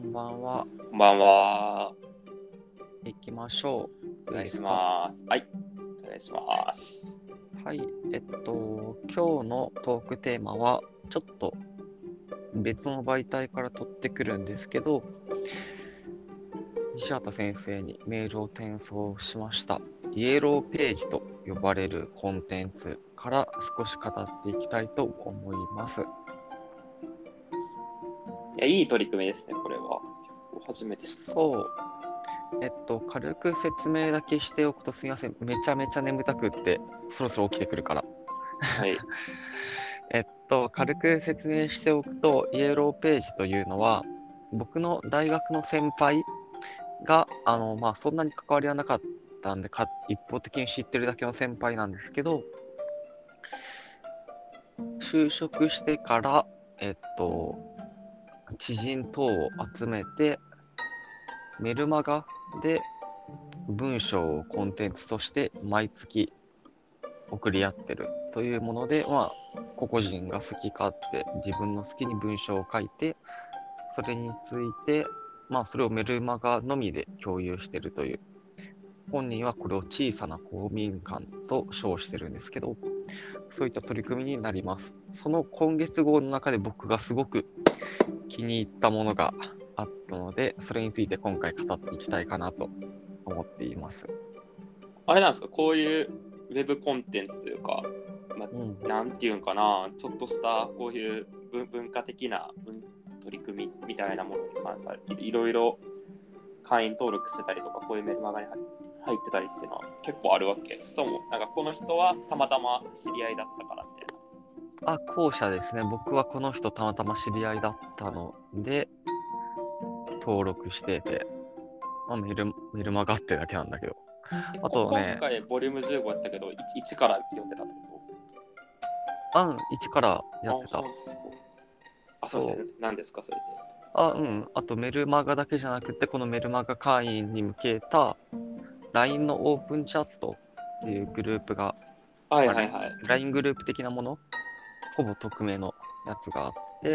んばんは。 こんばんは。 行きましょう。 お願いします。はい。お願いします。 はい。今日のトークテーマは、ちょっと別の媒体から取ってくるんですけど、西畑先生にメールを転送しました。イエローページと呼ばれるコンテンツから少し語っていきたいと思います。 いや、いい取り組みですね、これは。初めて知ってます。 そう。軽く説明だけしておくとすみません。めちゃめちゃ眠たくって、そろそろ起きてくるから。 はい。 軽く説明しておくと、イエローページというのは、僕の大学の先輩が、そんなに関わりはなかったんで一方的に知ってるだけの先輩なんですけど、就職してから、知人等を集めて、メルマガで文章をコンテンツとして毎月送り合ってるというもので、個々人が好き勝手自分の好きに文章を書いて、それについて、それをメルマガのみで共有しているという、本人はこれを小さな公民館と称してるんですけど、そういった取り組みになります。その今月号の中で僕がすごく気に入ったものがあったので、それについて今回語っていきたいかなと思っています。 あれなんですか、こういうウェブコンテンツというか、なんていうんかな、ちょっとしたこういう文化的な取り組みみたいなものに関してはいろいろ会員登録してたりとか、こういうメルマガに入ってたりっていうのは結構あるわけ。そもそもなんかこの人はたまたま知り合いだったからみたいな。 後者ですね。僕はこの人たまたま知り合いだったので登録してて、メルマガってだけなんだけど。あとね、 今回ボリューム15やったけど 1から読んでたってこ 1からと？ やってた。 そうですね。何ですかそれで。 あとメルマガだけじゃなくて、このメルマガ会員に向けた LINE のオープンチャットっていうグループがある。LINE グループ的なもの、ほぼ匿名のやつがあって、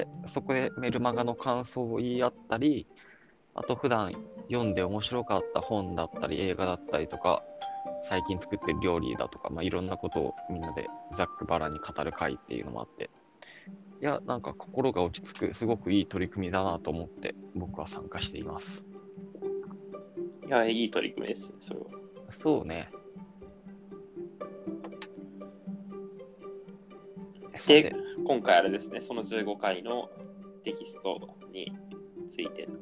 そこでメルマガの感想を言い合ったり、あと普段読んで面白かった本だったり映画だったりとか、最近作ってる料理だとか、いろんなことをみんなでざっくばらに語る会っていうのもあって、いや、なんか心が落ち着く、すごくいい取り組みだなと思って僕は参加しています。 いや、いい取り組みですね、それは。 そうね。 で、今回あれですね、その15回のテキストについて。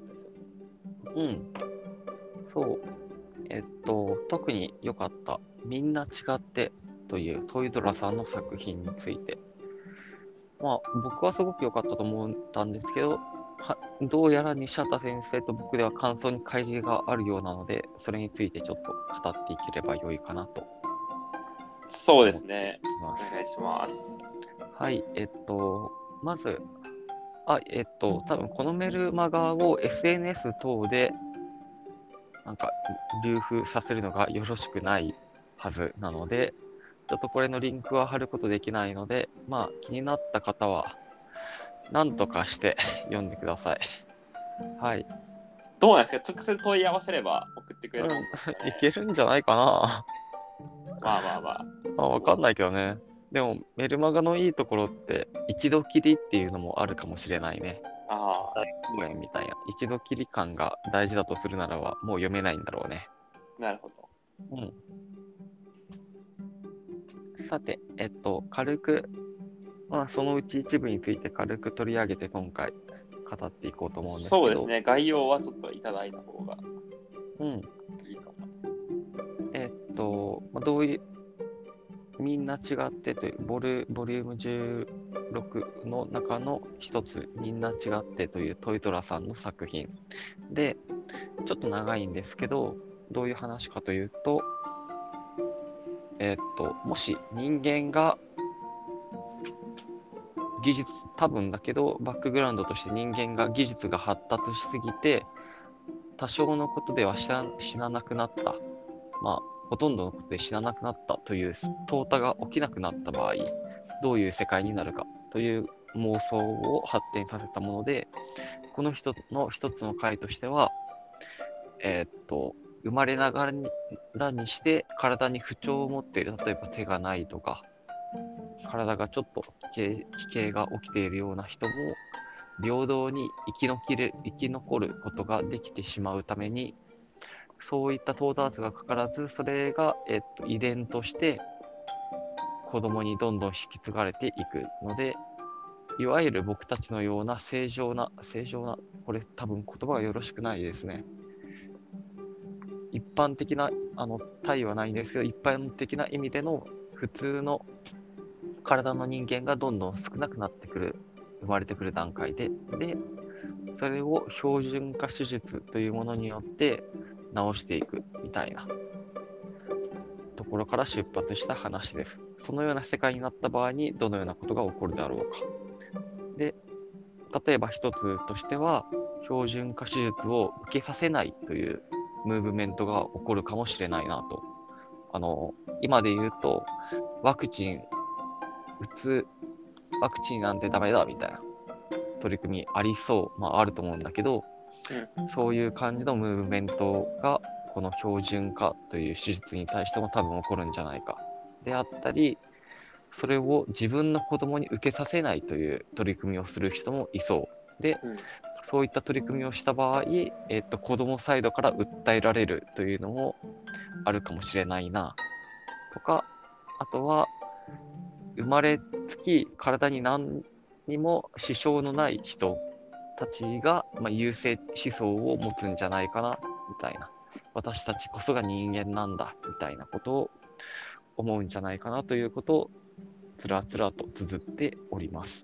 そう。特に良かったみんな違ってというトイドラさんの作品について。僕はすごく良かったと思ったんですけど、どうやら西畑先生と僕では感想に乖離があるようなので、それについてちょっと語っていければ良いかなと。 そうですね。お願いします。 はい、まず、多分このメルマガを SNS 等でなんか流布させるのがよろしくないはずなので、ちょっとこれのリンクは貼ることできないので、気になった方は何とかして読んでください。はい。 どうなんですか、直接問い合わせれば送ってくれるもんですかね。 いけるんじゃないかな。わかんないけどね。でもメルマガのいいところって一度きりっていうのもあるかもしれないね。大公演みたいな一度きり感が大事だとするならばもう読めないんだろうね。 なるほど。 さて、軽く、そのうち一部について軽く取り上げて今回語っていこうと思うんですけど。 そうですね、概要はちょっといただいた方がいいかも。 どういうみんな違ってというボリューム16の中の一つ、みんな違ってというトイトラさんの作品で、ちょっと長いんですけど、どういう話かというと、もし人間が多分だけどバックグラウンドとして人間が技術が発達しすぎて多少のことでは死ななくなった、ほとんどのことで死ななくなったという淘汰が起きなくなった場合、どういう世界になるかという妄想を発展させたもので、この人の一つの回としては、生まれながらにして体に不調を持っている、例えば手がないとか、体がちょっと奇形が起きているような人も平等に生き残ることができてしまうために、そういった到達がかからず、それが、遺伝として子供にどんどん引き継がれていくので、いわゆる僕たちのような正常な、これ多分言葉がよろしくないですね。一般的な、体はないんですけど、一般的な意味での普通の体の人間がどんどん少なくなってくる、生まれてくる段階で、それを標準化手術というものによって治していくみたいなところから出発した話です。そのような世界になった場合にどのようなことが起こるだろうか。で、例えば一つとしては、標準化手術を受けさせないというムーブメントが起こるかもしれないなと。今で言うと、ワクチンなんてダメだみたいな取り組みありそう、あると思うんだけど、そういう感じのムーブメントがこの標準化という手術に対しても多分起こるんじゃないかであったり、それを自分の子供に受けさせないという取り組みをする人もいそうで、そういった取り組みをした場合、子供サイドから訴えられるというのもあるかもしれないなとか、あとは生まれつき体に何にも支障のない人たちが、優勢思想を持つんじゃないかなみたいな、私たちこそが人間なんだみたいなことを思うんじゃないかなということをつらつらと綴っております。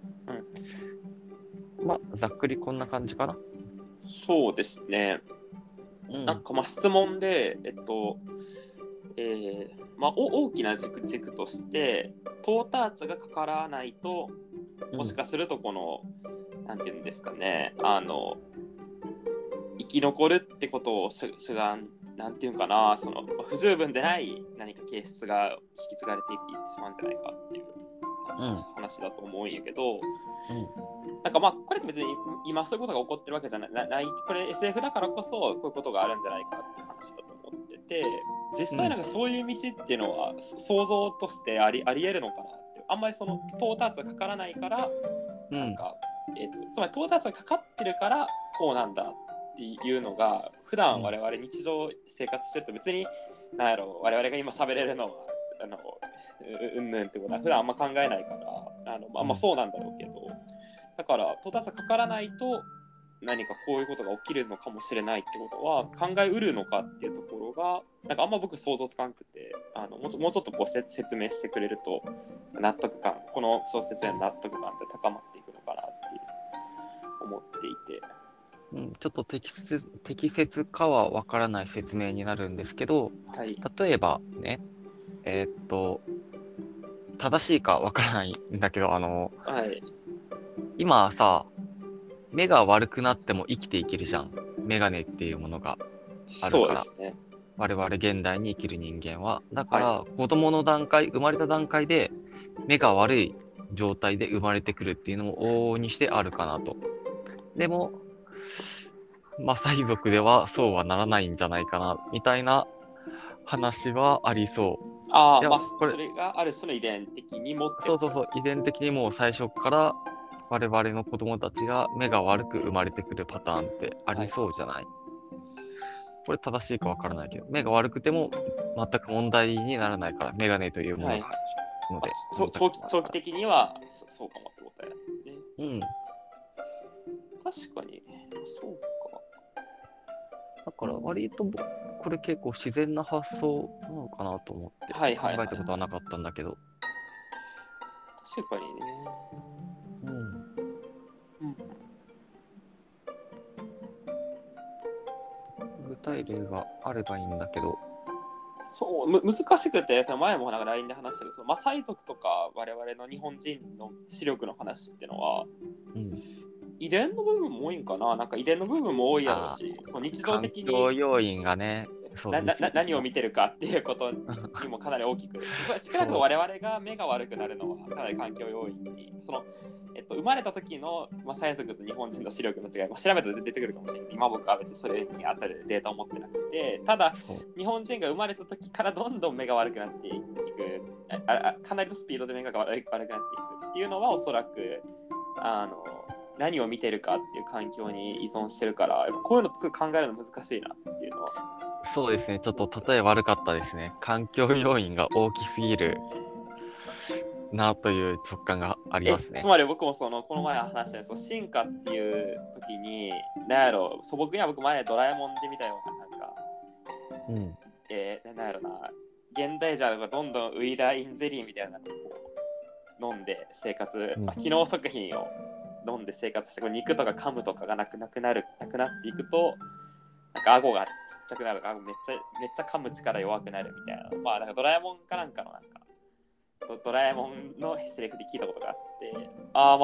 ざっくりこんな感じかな。 そうですね。なんか質問で大きな軸として到達がかからないと、もしかするとこの、なんていうんですかね、生き残るってことをなんていうんかな、その不十分でない何か形質が引き継がれていってしまうんじゃないかっていう話だと思うんやけど、なんかこれって別に今そういうことが起こってるわけじゃない、これ SF だからこそこういうことがあるんじゃないかっていう話だと思ってて、実際なんかそういう道っていうのは想像としてあり得るのかなって、あんまりその到達がかからないから、なんか、つまり到達がかかってるからこうなんだっていうのが普段我々日常生活してると別になんやろ、我々が今喋れるのはうんぬんってことは普段あんま考えないから、そうなんだろうけど、だから到達がかからないと何かこういうことが起きるのかもしれないってことは考えうるのかっていうところがなんかあんま僕想像つかんくて、もうちょっとこう説明してくれると納得感、この小説への納得感って高まっていくのかなっていう思っていて、 ちょっと適切かはわからない説明になるんですけど、例えばね、正しいかわからないんだけど、今さ、目が悪くなっても生きていけるじゃん。メガネっていうものがあるから。 ね、 我々現代に生きる人間は。だから、子供の段階、生まれた段階で目が悪い状態で生まれてくるっていうのも往々にしてあるかなと。でも、マサイ族ではそうはならないんじゃないかな、みたいな話はありそう。 それがある種の遺伝的に持ってる。 そう、遺伝的にもう最初から我々の子供たちが目が悪く生まれてくるパターンってありそうじゃない？これ正しいかわからないけど、目が悪くても全く問題にならないから、メガネというものがあるので、 長期的にはそうかもってことやね。確かにそうか。 だから割とこれ結構自然な発想なのかなと思って考えたことはなかったんだけど。 確かにね。 具体例があればいいんだけど。 難しくて、前もなんか LINE で話したけど、マサイ族とか我々の日本人の視力の話っていうのは、遺伝の部分も多いんかな、なんか遺伝の部分も多いやろうし、日常的に。 環境要因がね、 何を見てるかっていうことにもかなり大きく少なくとも我々が目が悪くなるのはかなり環境要因に生まれた時の、サイ族と日本人の視力の違い、調べたら出てくるかもしれない。今僕は別にそれに当たるデータを持ってなくて、ただ日本人が生まれた時からどんどん目が悪くなっていくかなりのスピードで目が悪くなっていくっていうのはおそらく何を見てるかっていう環境に依存してるから、やっぱこういうのすぐ考えるの難しいなっていうのは。 そうですね、ちょっと例え悪かったですね。環境要因が大きすぎるなという直感がありますね。 つまり僕もこの前話した進化っていう時に何やろ素朴には僕前ドラえもんで見たような何やろな現代人がどんどんウイダーインゼリーみたいなのを飲んで生活、機能食品を飲んで生活して肉とか噛むとかがなくなっていくと顎がちっちゃくなる、めっちゃ噛む力弱くなるみたいな、なんかドラえもんかなんかのドラえもんのセリフで聞いたことがあって、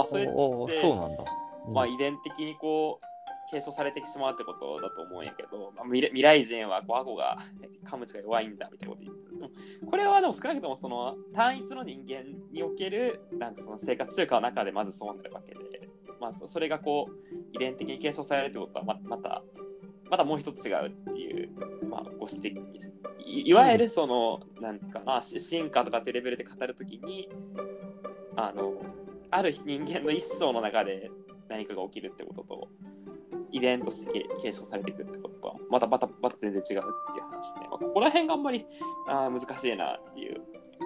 それってそうなんだ、 遺伝的に継承されてしまうってことだと思うんやけど、未来人は顎が噛む力弱いんだみたいなこと言ってでもこれはでも少なくとも単一の人間における生活習慣の中でまずそうなるわけで、それが遺伝的に継承されるってことはまたもう一つ違うっていう、ご指摘です。いわゆるなんかな進化とかっていうレベルで語るときにある人間の一生の中で何かが起きるってことと遺伝として継承されていくってこととまた全然違うっていう話で、ここら辺があんまり難しいなっていう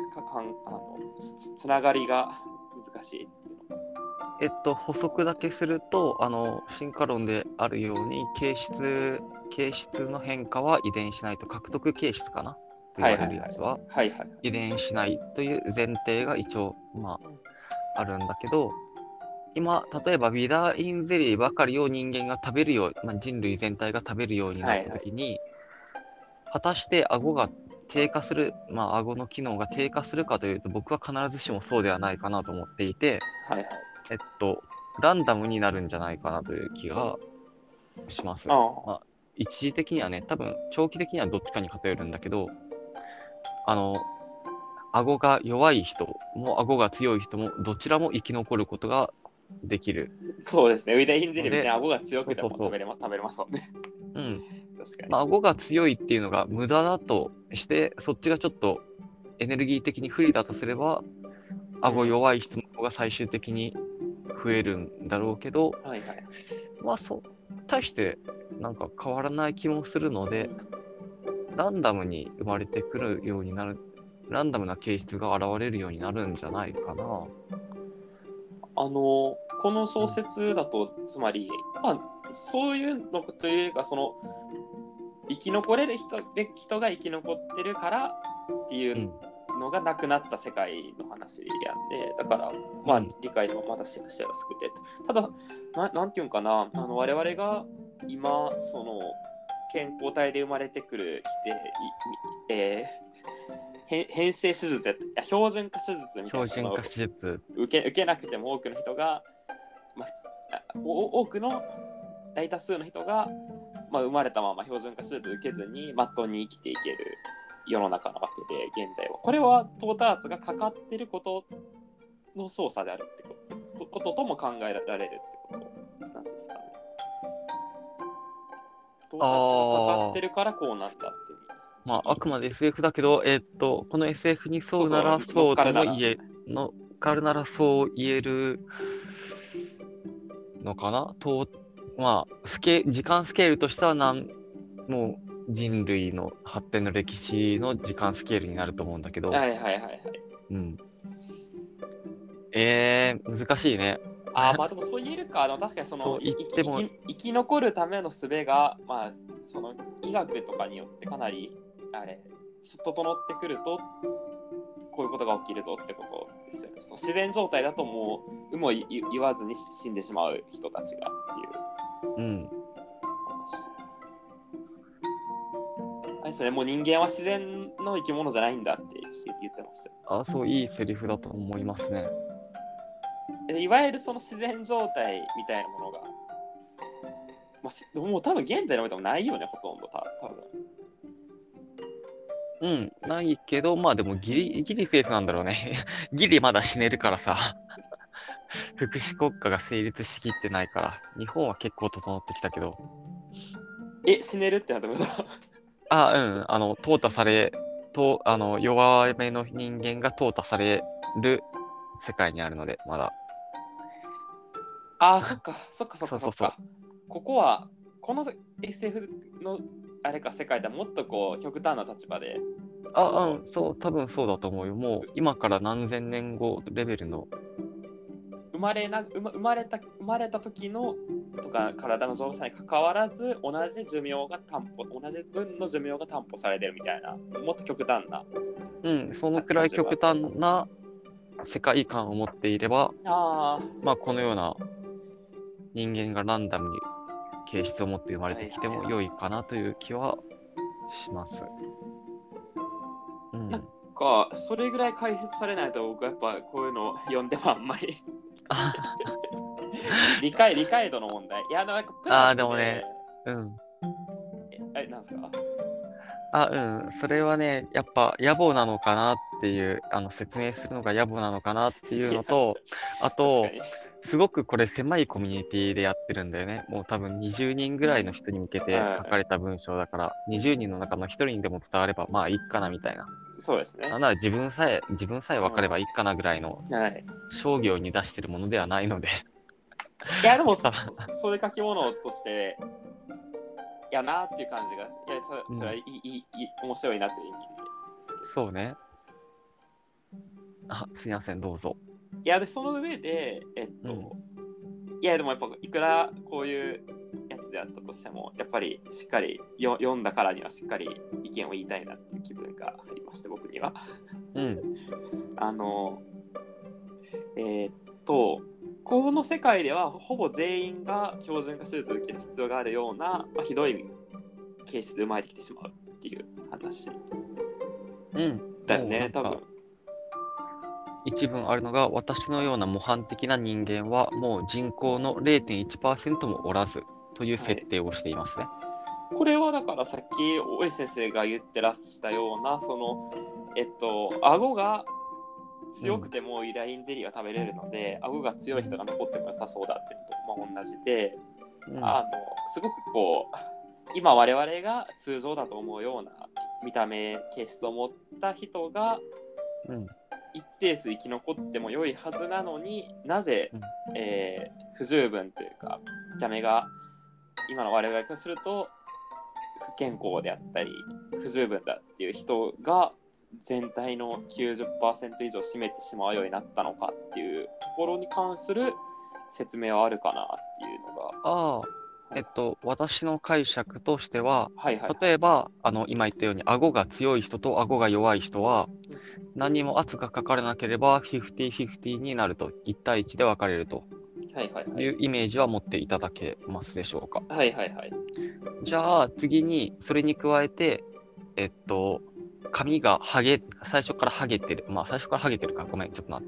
つながりが難しいっていうの。補足だけすると進化論であるように形質の変化は遺伝しないと、獲得形質かなと言われるやつは遺伝しないという前提が一応あるんだけど、今例えばビダーインゼリーばかりを人間が食べるよう、人類全体が食べるようになった時に、果たして顎が低下する、顎の機能が低下するかというと僕は必ずしもそうではないかなと思っていて、ランダムになるんじゃないかなという気がします。一時的にはね、多分長期的にはどっちかに偏るんだけど、顎が弱い人も顎が強い人もどちらも生き残ることができる。 そうですね。ウイダーインゼリーみたいな顎が強くても食べれますもんね。確かに。 顎が強いっていうのが無駄だとして、そっちがちょっとエネルギー的に不利だとすれば、顎弱い人の方が最終的に増えるんだろうけど、大してなんか変わらない気もするので、ランダムに生まれてくるようになる、ランダムな形質が現れるようになるんじゃないかな。 この小説だとつまり、そういうのというか生き残れる人が生き残ってるからっていうのがなくなった世界の話やんで、だから理解もまだしやすくて、ただなんていうんかな、我々が今健康体で生まれてくる変性手術標準化手術みたいなのを受けなくても多くの人が、多くの大多数の人が、生まれたまま標準化手術受けずにまっとうに生きていける世の中なわけで、現代はこれはトーターツがかかってることの操作であるってこととも考えられるってことなんですかね。トーターツがかかってるからこうなったっていう。 あくまで SF だけど、この SF に沿うならそうとも乗っかるならそう言えるのかなと、時間スケールとしてはもう人類の発展の歴史の時間スケールになると思うんだけど、難しいね。 でもそう言えるか。でも確かに生き残るための術が、医学とかによってかなり整ってくるとこういうことが起きるぞってことですよね。自然状態だともう有無を言わずに死んでしまう人たちがっていう。あれですね、もう人間は自然の生き物じゃないんだって言ってましたよ。 そう、いいセリフだと思いますね。 いわゆる自然状態みたいなものが、もう多分現代のものでもないよね、ほとんど多分。 うん、ないけど、まあでもギリセーフなんだろうね。ギリまだ死ねるからさ。福祉国家が成立しきってないから。日本は結構整ってきたけど。 死ねるってなったこと？ あ、うん、淘汰され、弱めの人間が淘汰される世界にあるので、まだ。 そっかそっかそっそうそうそう。 かそっか。ここはこの SF のあれか世界ではもっとこう極端な立場でそのうん、そう、多分そうだと思うよ。もう今から何千年後レベルの。 生まれた時のとか体の状態に関わらず同じ分の寿命が担保されてるみたいな、もっと極端なうん、そのくらい極立場ってこと端な世界観を持っていれば、 あまあこのような人間がランダムに形質を持って生まれてきても良いかなという気はします。うん。 なんかそれぐらい解説されないと僕はやっぱこういうの読んでもあんまり理解度の問題。いや、なんかプラああ、 スで、 でもね、うん。 なんですか？ うん、それはね、やっぱ野暮なのかなっていう、説明するのが野暮なのかなっていういや、 のと、あと、 確かに。 すごくこれ狭いコミュニティでやってるんだよね。もう多分20人ぐらいの人に向けて書かれた文章だから、20人の中の1人にでも伝わればまあいいかなみたいな。 そうですね。 なんなら自分さえ分かればいいかなぐらいのはい。 商業に出してるものではないので。 いや、でもさそういう書き物として、やなっていう感じが、それはい面白いなという意味ですけど。 そうね。すみません、どうぞ。 いや、で、その上で、いや、でもやっぱいくらこういうやつであったとしても、やっぱりしっかり読んだからにはしっかり意見を言いたいなっていう気分がありまして、僕には。 うん。 あの、えーっと、この世界ではほぼ全員が標準化手術を受ける必要があるような、ひどいケースで生まれてきてしまうっていう話うん。 だよね、 もうなんか多分。 一文あるのが、私のような模範的な人間はもう人口の 0.1% もおらずという設定をしていますね。 これはだからさっき大江先生が言ってらしたような、その顎が強くてもイラインゼリーが食べれるので、顎が強い人が残っても良さそうだっていうのと、同じで、すごくこう今我々が通常だと思うような見た目形質を持った人が一定数生き残っても良いはずなのに、なぜ、不十分というか見た目が今の我々からすると不健康であったり不十分だっていう人が全体の 90% 以上占めてしまうようになったのかっていうところに関する説明はあるかなっていうのが。 私の解釈としては、 はいはいはい、 例えば、今言ったように、顎が強い人と顎が弱い人は、何も圧がかからなければ、50-50になると、1対1で分かれるというイメージは持っていただけますでしょうか。 はいはいはい。 じゃあ、次に、それに加えて、髪が最初からハゲてる。まあ、最初からハゲてるか。ごめん、ちょっと待って。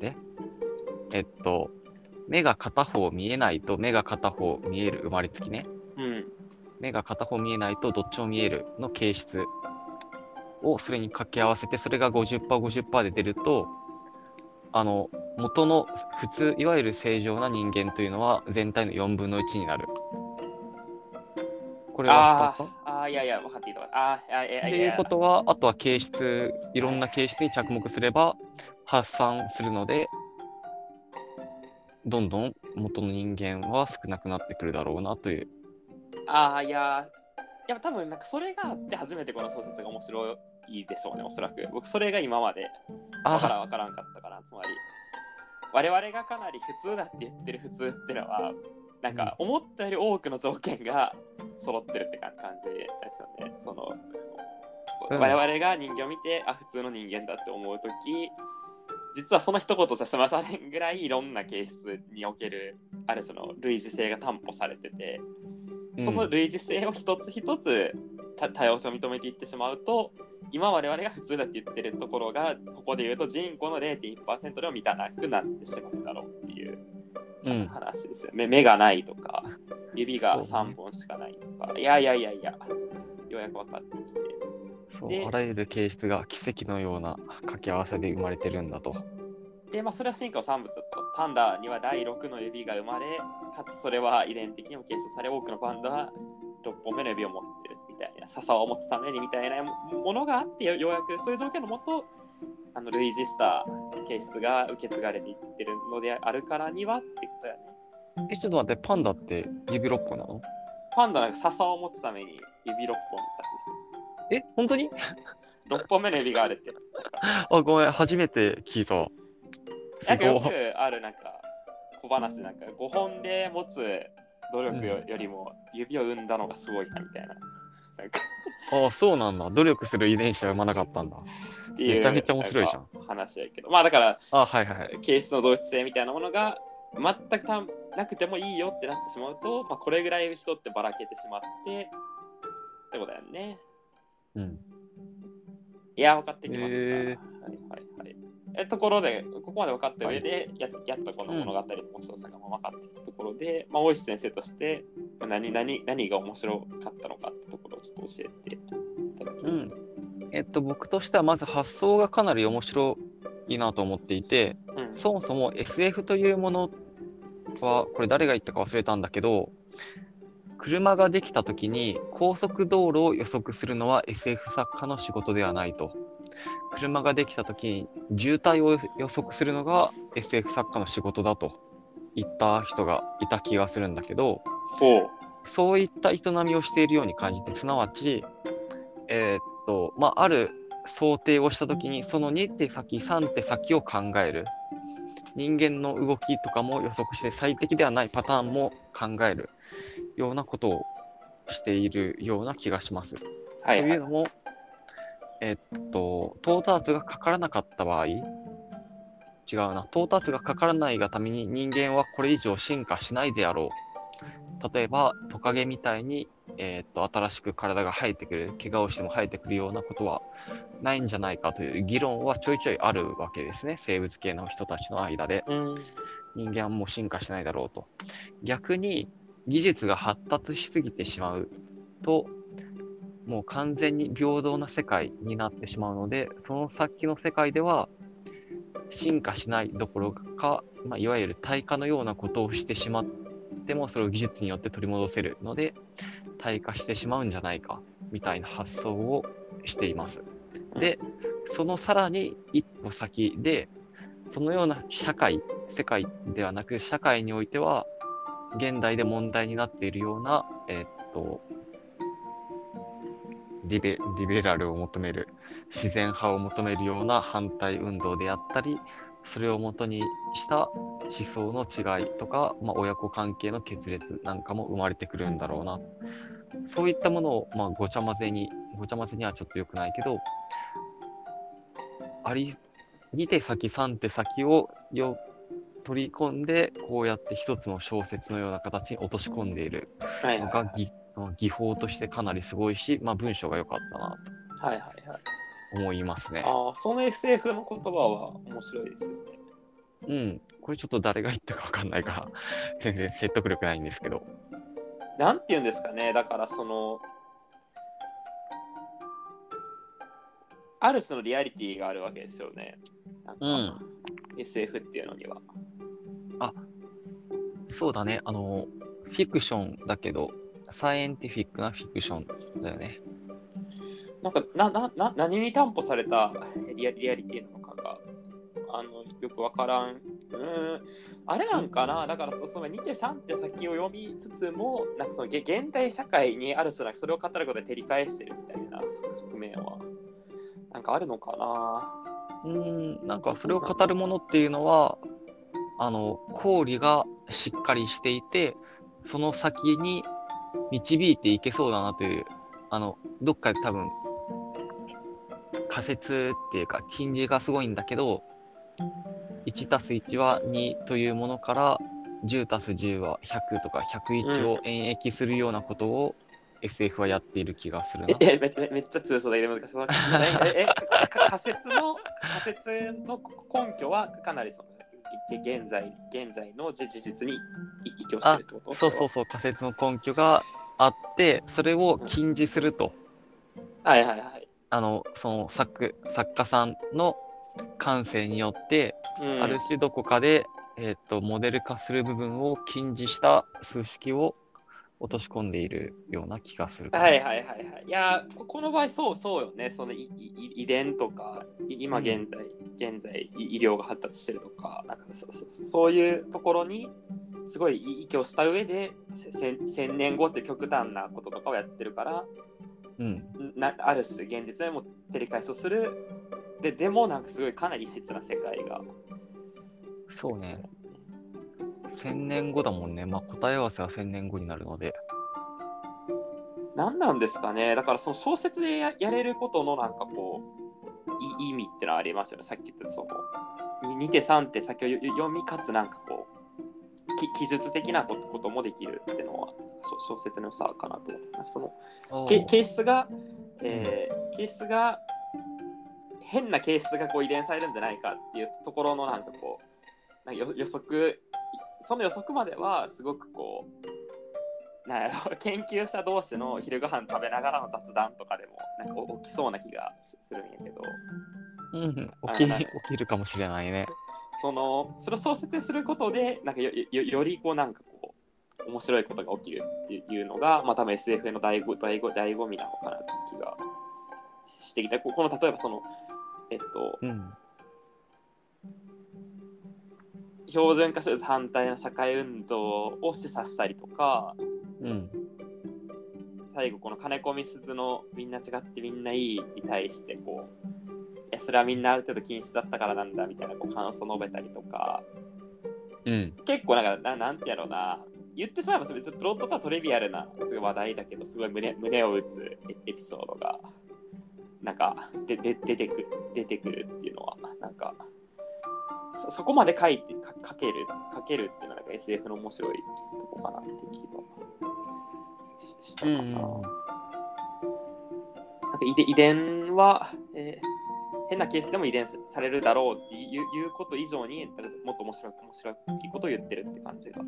目が片方見えないと目が片方見える生まれつきね。目が片方見えないとどっちも見えるの形質をそれに掛け合わせて、それが 50%、50% で出ると、元の普通、いわゆる正常な人間というのは全体の4分の1になる。これは伝わった？ いやいや、分かっていたわ。 っていうことは、あとは形質、いろんな形質に着目すれば発散するので、どんどん元の人間は少なくなってくるだろうなという。 いや、多分なんかそれがあって初めてこの小説が面白いでしょうね、おそらく。僕、それが今までわからんかったから、つまり、我々がかなり普通だって言ってる普通ってのは、なんか思ったより多くの条件が揃ってるって感じですよね。我々が人間を見て、普通の人間だって思うとき、実はその一言じゃ済まされんぐらいいろんなケースにおけるある種の類似性が担保されてて、その類似性を一つ一つ多様性を認めていってしまうと、今我々が普通だって言ってるところがここで言うと人口の 0.1% でも満たなくなってしまうだろうっていう話ですよね。目がないとか指が3本しかないとか、いやようやく分かってきて、 そう、 であらゆる形質が奇跡のような掛け合わせで生まれてるんだと。 で、それは進化の産物だと。パンダには第6の指が生まれ、かつそれは遺伝的にも継承され、多くのパンダは6本目の指を持ってるみたいな、笹を持つためにみたいなものがあって、ようやくそういう条件のもと、類似した形質が受け継がれていってるのであるからにはってことだよね。 ちょっと待って、パンダって指6本なの？ パンダなんか笹を持つために指6本らしいです。 本当に？ 6本目の指があるって。 あ、ごめん、初めて聞いた。 なんかよくあるなんか小話、なんか5本で持つ努力よりも指を生んだのがすごいなみたいな。なんかあ、そうなんだ。努力する遺伝子は生まなかったんだ。 っていうめちゃめちゃ面白いじゃん。 話やけど、まあだから、 はいはいはい。 形質の同一性みたいなものが全くなくてもいいよってなってしまうと、これぐらい人ってばらけてしまってってことだよね。 うん。 いや、分かってきました。 はいはいはい。ところで、ここまで分かった上で、やっとこの物語の面白さが分かってきたところで、大石先生として何が面白かったのかってところをちょっと教えていただきます。 僕としてはまず発想がかなり面白いなと思っていて、そもそも SF というものは、これ誰が言ったか忘れたんだけど、車ができた時に高速道路を予測するのは SF 作家の仕事ではないと。車ができた時に渋滞を予測するのが SF 作家の仕事だと言った人がいた気がするんだけど、そういった営みをしているように感じて、すなわちある想定をした時にその2手先3手先を考える、人間の動きとかも予測して最適ではないパターンも考えるようなことをしているような気がします。というのも、到達がかからなかった場合、到達がかからないがために人間はこれ以上進化しないであろう。例えばトカゲみたいに、新しく体が生えてくる、怪我をしても生えてくるようなことはないんじゃないかという議論はちょいちょいあるわけですね、生物系の人たちの間で。人間はもう進化しないだろうと。逆に技術が発達しすぎてしまうと、もう完全に平等な世界になってしまうので、その先の世界では進化しないどころか、いわゆる退化のようなことをしてしまっても、それを技術によって取り戻せるので退化してしまうんじゃないかみたいな発想をしています。で、そのさらに一歩先で、そのような世界ではなく、社会においては現代で問題になっているような、リベラルを求める、自然派を求めるような反対運動であったり、それをもとにした思想の違いとか、親子関係の決裂なんかも生まれてくるんだろうな。そういったものを、ごちゃ混ぜにはちょっと良くないけど、2手先3手先を取り込んで、こうやって一つの小説のような形に落とし込んでいるのが技法としてかなりすごいし、文章が良かったなと思いますね。 その SF の言葉は面白いですよね。 これちょっと誰が言ったか分かんないから全然説得力ないんですけど、 なんて言うんですかね、だからある種のリアリティがあるわけですよね。なんか、SF っていうのには。 そうだね。フィクションだけど、サイエンティフィックなフィクションだよね。 なんか何に担保されたリアリティなのかがよくわからん。あれなんかな、だからその2手3手先を読みつつも、なんかその現代社会にある種それを語ることで照り返してるみたいな側面はなんかあるのかな。 なんかそれを語るものっていうのは、公理がしっかりしていて、その先に導いていけそうだなという、どっかで多分仮説っていうか近似がすごいんだけど、1+1 は2というものから 10+10 は100とか101を演繹するようなことを SF はやっている気がするな。 めっちゃ強そうだけど、仮説の根拠はかなり現在の事実に依拠してるってこと？ そう仮説の根拠があって、それを禁じすると。 その作家さんの感性によって、ある種どこかで、モデル化する部分を禁じした数式を落とし込んでいるような気がするかな。 はいはいはいはい。いや、この場合そうよね。その遺伝とか、今現在医療が発達してるとか、なんかそういうところにすごい依拠した上で、1000年後って極端なこととかをやってるから、ある種現実でも照り返しをする。でもなんかすごいかなり異質な世界が。 そうね。1000年後だもんね。まあ答え合わせは1000年後になるので。 何なんですかね。だからその小説で やれることのなんかこう意味ってのはありますよね。さっき言ったその2手3手先を読みかつなんかこう記述的なこともできるっていうのは小説の良さかなと思って、その形質が変な形質がこう遺伝されるんじゃないかっていうところのなんかこうなんか予測、その予測まではすごくこうなんやろ研究者同士の昼ご飯食べながらの雑談とかでもなんか起きそうな気がするんやけど、 起きるかもしれないね。 それを小説にすることでなんかよりこうなんかこう面白いことが起きるっていうのが、まあ多分 SF の醍醐味なのかなって気がしてきた。この例えばその標準化手術反対の社会運動を示唆したりとか、最後この金子みすずのみんな違ってみんないいに対してこういやそれはみんなある程度均質だったからなんだみたいなこう感想を述べたりとか、結構なんてやろうな、言ってしまえば別にプロットとはトリビアルなすごい話題だけどすごい胸を打つエピソードがなんか出てくるっていうのはなんかそこまで書けるっていうのはなんか SF の面白いとこかなっていう気がしたかな。なんか遺伝は、変なケースでも遺伝されるだろうっていうこと以上にもっと面白いことを言ってるって感じが。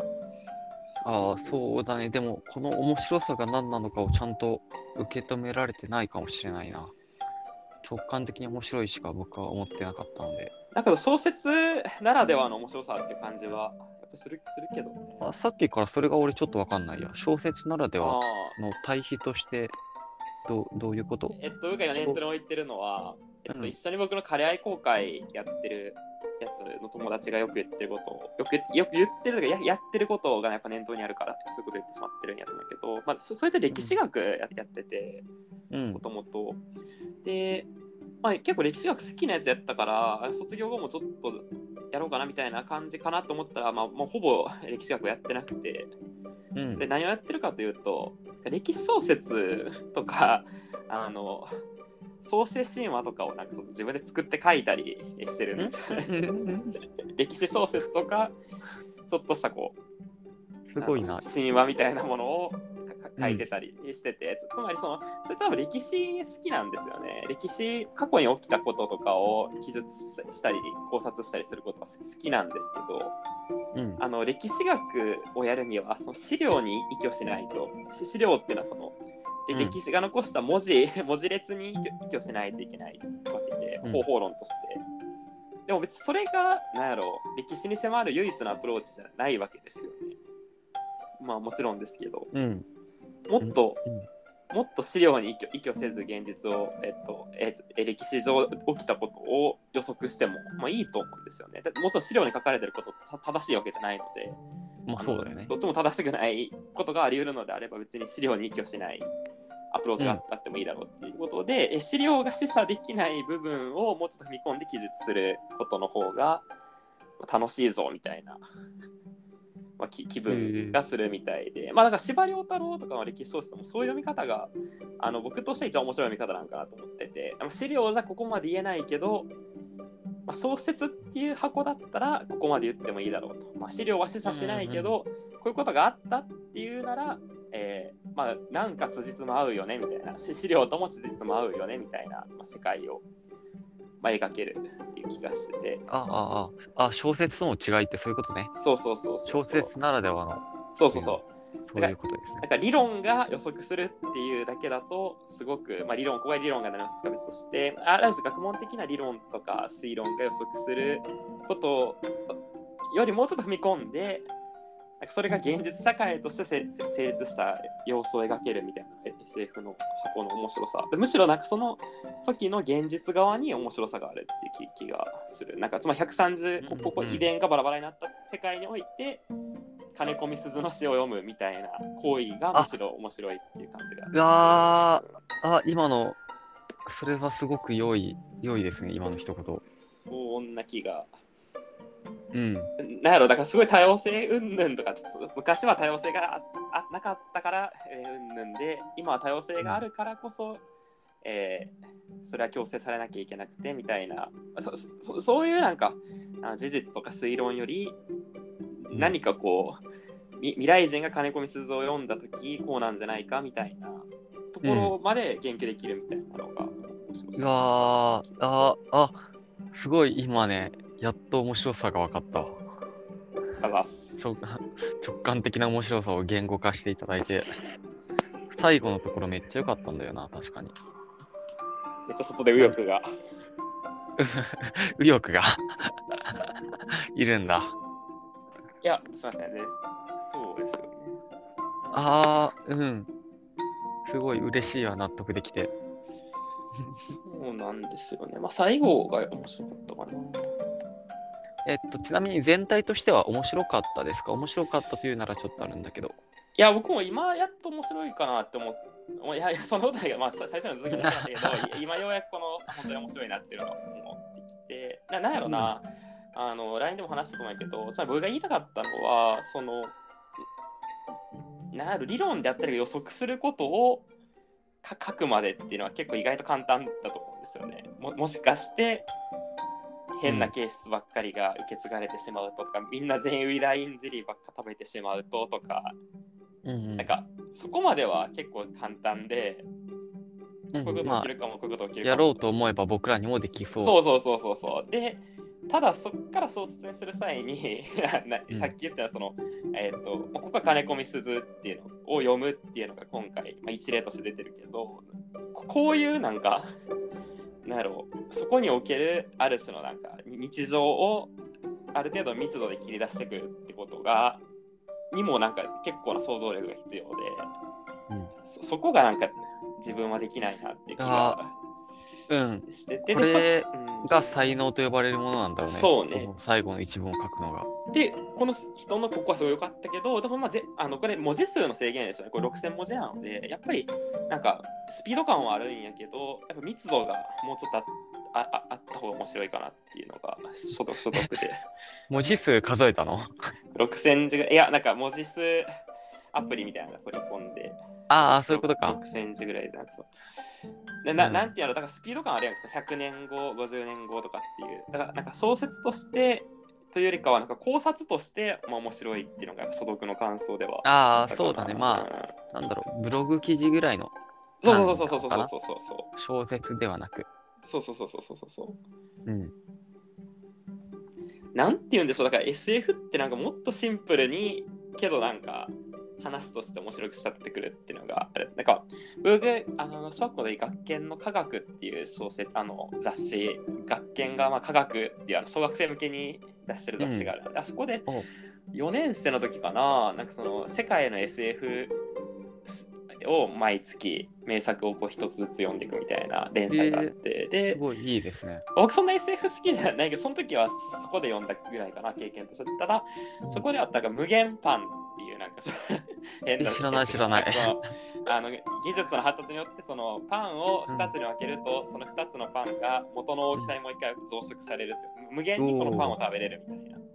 そうだね。でもこの面白さが何なのかをちゃんと受け止められてないかもしれないな。直感的に面白いしか僕は思ってなかったので。 だけど小説ならではの面白さっていう感じはやっぱするけどね。 さっきからそれが俺ちょっと分かんないや。小説ならではの対比としてどういうこと？ 僕が今ネットに置いてるのは、一緒に僕のカレー愛好会やってるやつの友達がよく言ってることをよく言ってるとかやってることがやっぱ念頭にあるからそういうこと言ってしまってるんやと思うけど、まあ、そういった歴史学やっててもともとで、まあ、結構歴史学好きなやつやったから卒業後もちょっとやろうかなみたいな感じかなと思ったら、まあ、もうほぼ歴史学やってなくて、で何をやってるかというと歴史小説とか創世神話とかをなんかちょっと自分で作って書いたりしてるんですよね。歴史小説とかちょっとしたこうすごいな神話みたいなものを書いてたりしてて、つまりそれ多分歴史好きなんですよね。歴史過去に起きたこととかを記述したり考察したりすることは好きなんですけど、歴史学をやるにはその資料に依拠しないと、資料っていうのはその歴史が残した文字列に依拠しないといけないわけで、方法論として。でも別にそれがなんやろう歴史に迫る唯一のアプローチじゃないわけですよね。まあもちろんですけど、もっと資料に依拠せず現実を、歴史上起きたことを予測しても、まあ、いいと思うんですよね。もちろん資料に書かれてること正しいわけじゃないので、 まあそうだよね。 どっちも正しくないことがあり得るのであれば別に資料に依拠しないアプローチがあってもいいだろうっていうことで、資料が示唆できない部分をもうちょっと踏み込んで記述することの方が楽しいぞみたいな、まあ、気分がするみたいで、まあだから司馬遼太郎とかの歴史小説もそういう読み方が僕として一番面白い読み方なんかなと思ってて、資料じゃここまで言えないけど、まあ、小説っていう箱だったらここまで言ってもいいだろうと、まあ、資料は示唆しないけど、こういうことがあったっていうなら、まあなんか辻褄合うよねみたいな、資料とも辻褄合うよねみたいな、まあ、世界を、まあ、描けるっていう気がしてて、 小説との違いってそういうことね。 そう小説ならではの。 そうそういうことですね。 なんか理論が予測するっていうだけだとすごく、まあ、ここは理論が何を指すか別としてある種学問的な理論とか推論が予測することよりもうちょっと踏み込んでそれが現実社会として成立した様子を描けるみたいな SF の箱の面白さむしろなんかその時の現実側に面白さがあるっていう気がする。なんかつまり130ここ遺伝がバラバラになった世界において金子みすずの詩を読むみたいな行為がむしろ面白いっていう感じが。 うわー、今のそれはすごく良いですね、今の一言。 そんな気が。 うん。 なんやろ、だからすごい多様性云々とか昔は多様性がなかったから云々で今は多様性があるからこそ、それは強制されなきゃいけなくてみたいなそういうなんか事実とか推論より何かこう未来人が金子みすずを読んだ時こうなんじゃないかみたいなところまで言及できるみたいなのが面白そう。 すごい今ねやっと面白さが分かったわ。直感的な面白さを言語化していただいて最後のところめっちゃ良かったんだよな。確かにめっちゃ外で右翼が右翼がいるんだ。 いや、すいませんです。そうですよね。 すごい嬉しいわ、納得できて。 そうなんですよね。まあ最後が面白かったかな。 ちなみに全体としては面白かったですか？面白かったというならちょっとあるんだけど。 いや、僕も今やっと面白いかなって思って、いや、そのことが、まあ、最初の続きだったんだけど、今ようやくこの本当に面白いなっていうのを思ってきて、なんやろな、LINE でも話したと思うけど、つまり僕が言いたかったのは、理論であったり予測することを書くまでっていうのは結構意外と簡単だと思うんですよね。もしかして変な形質ばっかりが受け継がれてしまうとか、みんな全員ウィダインゼリーばっか食べてしまうとか、なんかそこまでは結構簡単で、こういうこと起きるかも、こういうこと起きるかも。 やろうと思えば僕らにもできそう。 そう。で、ただそこから小説にする際にさっき言ったここは金子みすずっていうのを読むっていうのが今回、一例として出てるけど、こういうなんかそこにおけるある種のなんか日常をある程度密度で切り出してくるってことがにもなんか結構な想像力が必要で、そこがなんか自分はできないなっていう気がしてて、 これが才能と呼ばれるものなんだろうね。 そうね。 最後の一文を書くのが。 で、この人のここはすごい良かったけど、でもこれ文字数の制限ですよね。これ6000文字なので、やっぱりなんかスピード感はあるんやけど、やっぱ密度がもうちょっとあった方が面白いかなっていうのが所得で。 文字数数えたの ?6000 字ぐらい。いや、なんか文字数アプリみたいなの取り込んで。 そういうことか。 6000字ぐらいでなんかなんていうの、だからスピード感あるやんですよ。100年後、50年後とかっていう。だからなんか小説としてというよりかはなんか考察として、面白いっていうのが所読の感想では。 そうだね。なんだろう、ブログ記事ぐらいの。 そう。 小説ではなく。 そう。なんていうんでしょう、だから SF ってなんかもっとシンプルにけどなんか話として面白くしたってくるっていうのがある。なんか僕小学校で学研の科学っていう小説雑誌、学研が科学っていう小学生向けに出してる雑誌がある。あそこで4年生の時かな、なんかその世界の SF を毎月名作を一つずつ読んでいくみたいな連載があって、 すごいいいですね。 僕そんな SF 好きじゃないけど、その時はそこで読んだぐらいかな、経験として。ただそこであったが無限パンっていうなんか変な知らない技術の発達によってそのパンを2つに分けると、その2つのパンが元の大きさにもう一回増殖されるって、無限にこのパンを食べれるみたいな。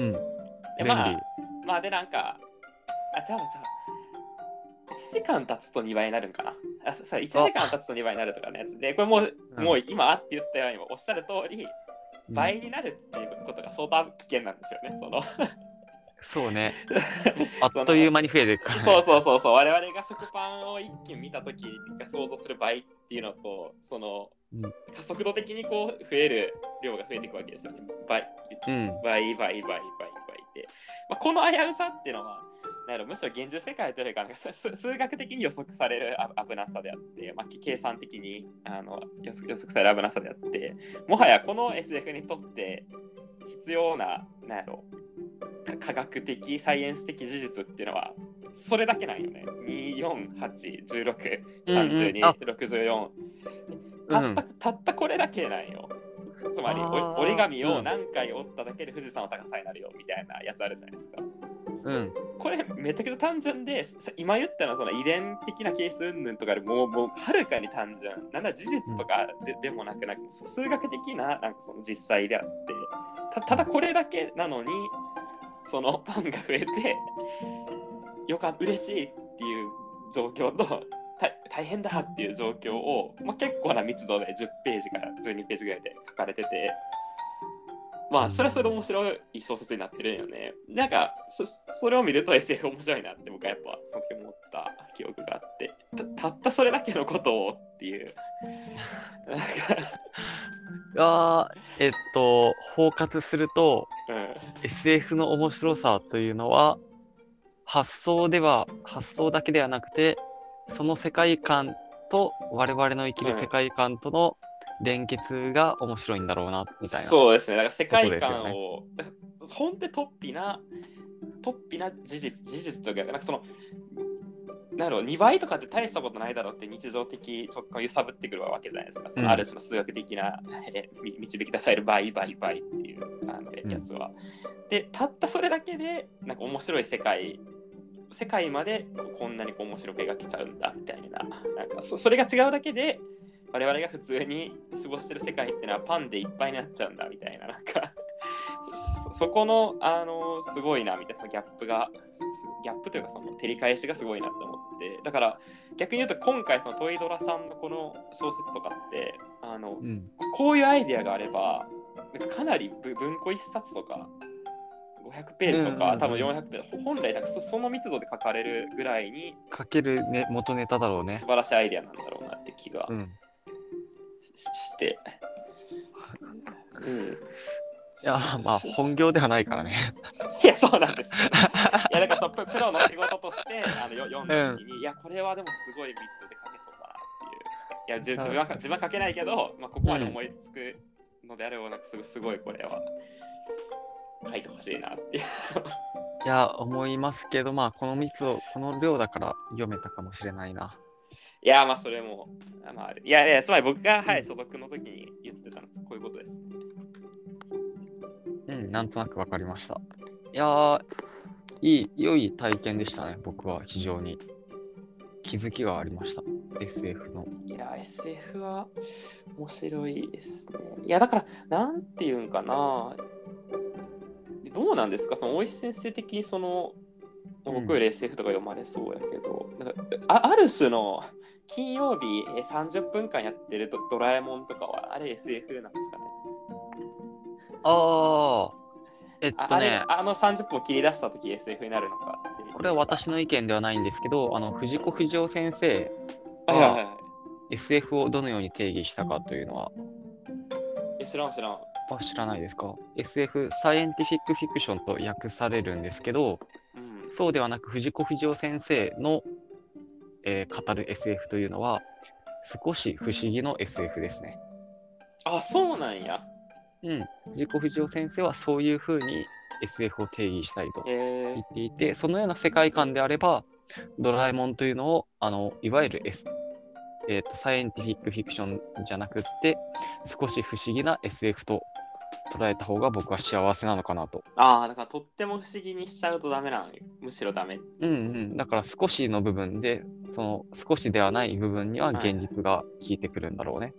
ででなんかじゃあ1時間経つと2倍になるんかな。1時間経つと2倍になるとかのやつで、これもう今って言ったようにおっしゃる通り倍になるっていうことが相当危険なんですよね。 そうね。あっという間に増えていくから、ね。 そう。我々が食パンを一気に見たときが想像する倍っていうのと、加速度的にこう増える量が増えていくわけですよね。倍って。この危うさっていうのは、 むしろ現実世界というか、数学的に予測される危なさであって、計算的に予測される危なさであって、もはやこの SF にとって必要な、科学的、サイエンス的事実っていうのは、それだけなんよね。2、4、8、16、32、64。たったこれだけなんよ。つまり折り紙を何回折っただけで富士山の高さになるよみたいなやつあるじゃないですか。これめちゃくちゃ単純で、今言ったのはその遺伝的なケース云々とかでもうはるかに単純。なんだ事実とかでもなく、数学的なその実際であって、ただこれだけなのに、そのファンが増えて嬉しいっていう状況と大変だっていう状況を、結構な密度で10ページから12ページぐらいで書かれてて、それはそれで面白い小説になってるんよね。それを見ると SF 面白いなって僕はやっぱその時思った記憶があって、たったそれだけのことをっていう包括すると、SF の面白さというのは発想だけではなくて、その世界観と我々の生きる世界観との連結が面白いんだろうなみたいな、 そうですね。だから世界観を、本当に突飛な事実というか、その2倍とかって大したことないだろうって日常的直感を揺さぶってくるわけじゃないですか。そのある種の数学的な、導き出される倍っていうやつは。で、たったそれだけで面白い世界までこんなに面白く描けちゃうんだみたいな、それが違うだけで我々が普通に過ごしてる世界ってのはパンでいっぱいになっちゃうんだみたいな、そこのすごいなみたいな、そのギャップというかその照り返しがすごいなと思って、だから逆に言うと今回そのトイドラさんのこの小説とかってこういうアイデアがあればかなり文庫1冊とか500ページとか、多分400ページ、本来その密度で書かれるぐらいに書ける、元ネタだろうね。 素晴らしいアイデアなんだろうなって気がして、 いや本業ではないからね。 いやそうなんです。いやだからプロの仕事として読んだ時に、いやこれはでもすごい密度で書けそうだなっていう。いや自分は書けないけど、ここまで思いつくのであればすごいこれは書いてほしいなっていう。 いや思いますけど、この密度この量だから読めたかもしれないな。 いやそれもある。いやつまり僕が所属の時に言ってたのはこういうことですね。 なんとなくわかりました。いや良い体験でしたね。僕は非常に気づきがありました。SF の。 いや SF は面白いですね。いやだからなんていうんかな、どうなんですか、その大石先生的にその僕より SF とか読まれそうやけど、ある種の金曜日30分間やってるドラえもんとかはあれ SF なんですかね。30分を切り出した時 SF になるのかっていう。 これは私の意見ではないんですけど、藤子不二雄先生が SF をどのように定義したかというのは知らん。 知らないですか。 SF サイエンティフィックフィクションと訳されるんですけど、そうではなく藤子不二雄先生の、語る SF というのは少し不思議の SF ですね。 そうなんや。 藤子不二雄先生はそういうふうに SF を定義したいと言っていて、そのような世界観であればドラえもんというのをいわゆる、サイエンティフィックフィクションじゃなくって少し不思議な SF と捉えた方が僕は幸せなのかなと。 だからとっても不思議にしちゃうとダメなの、むしろダメ。 だから少しの部分でその少しではない部分には現実が効いてくるんだろうね。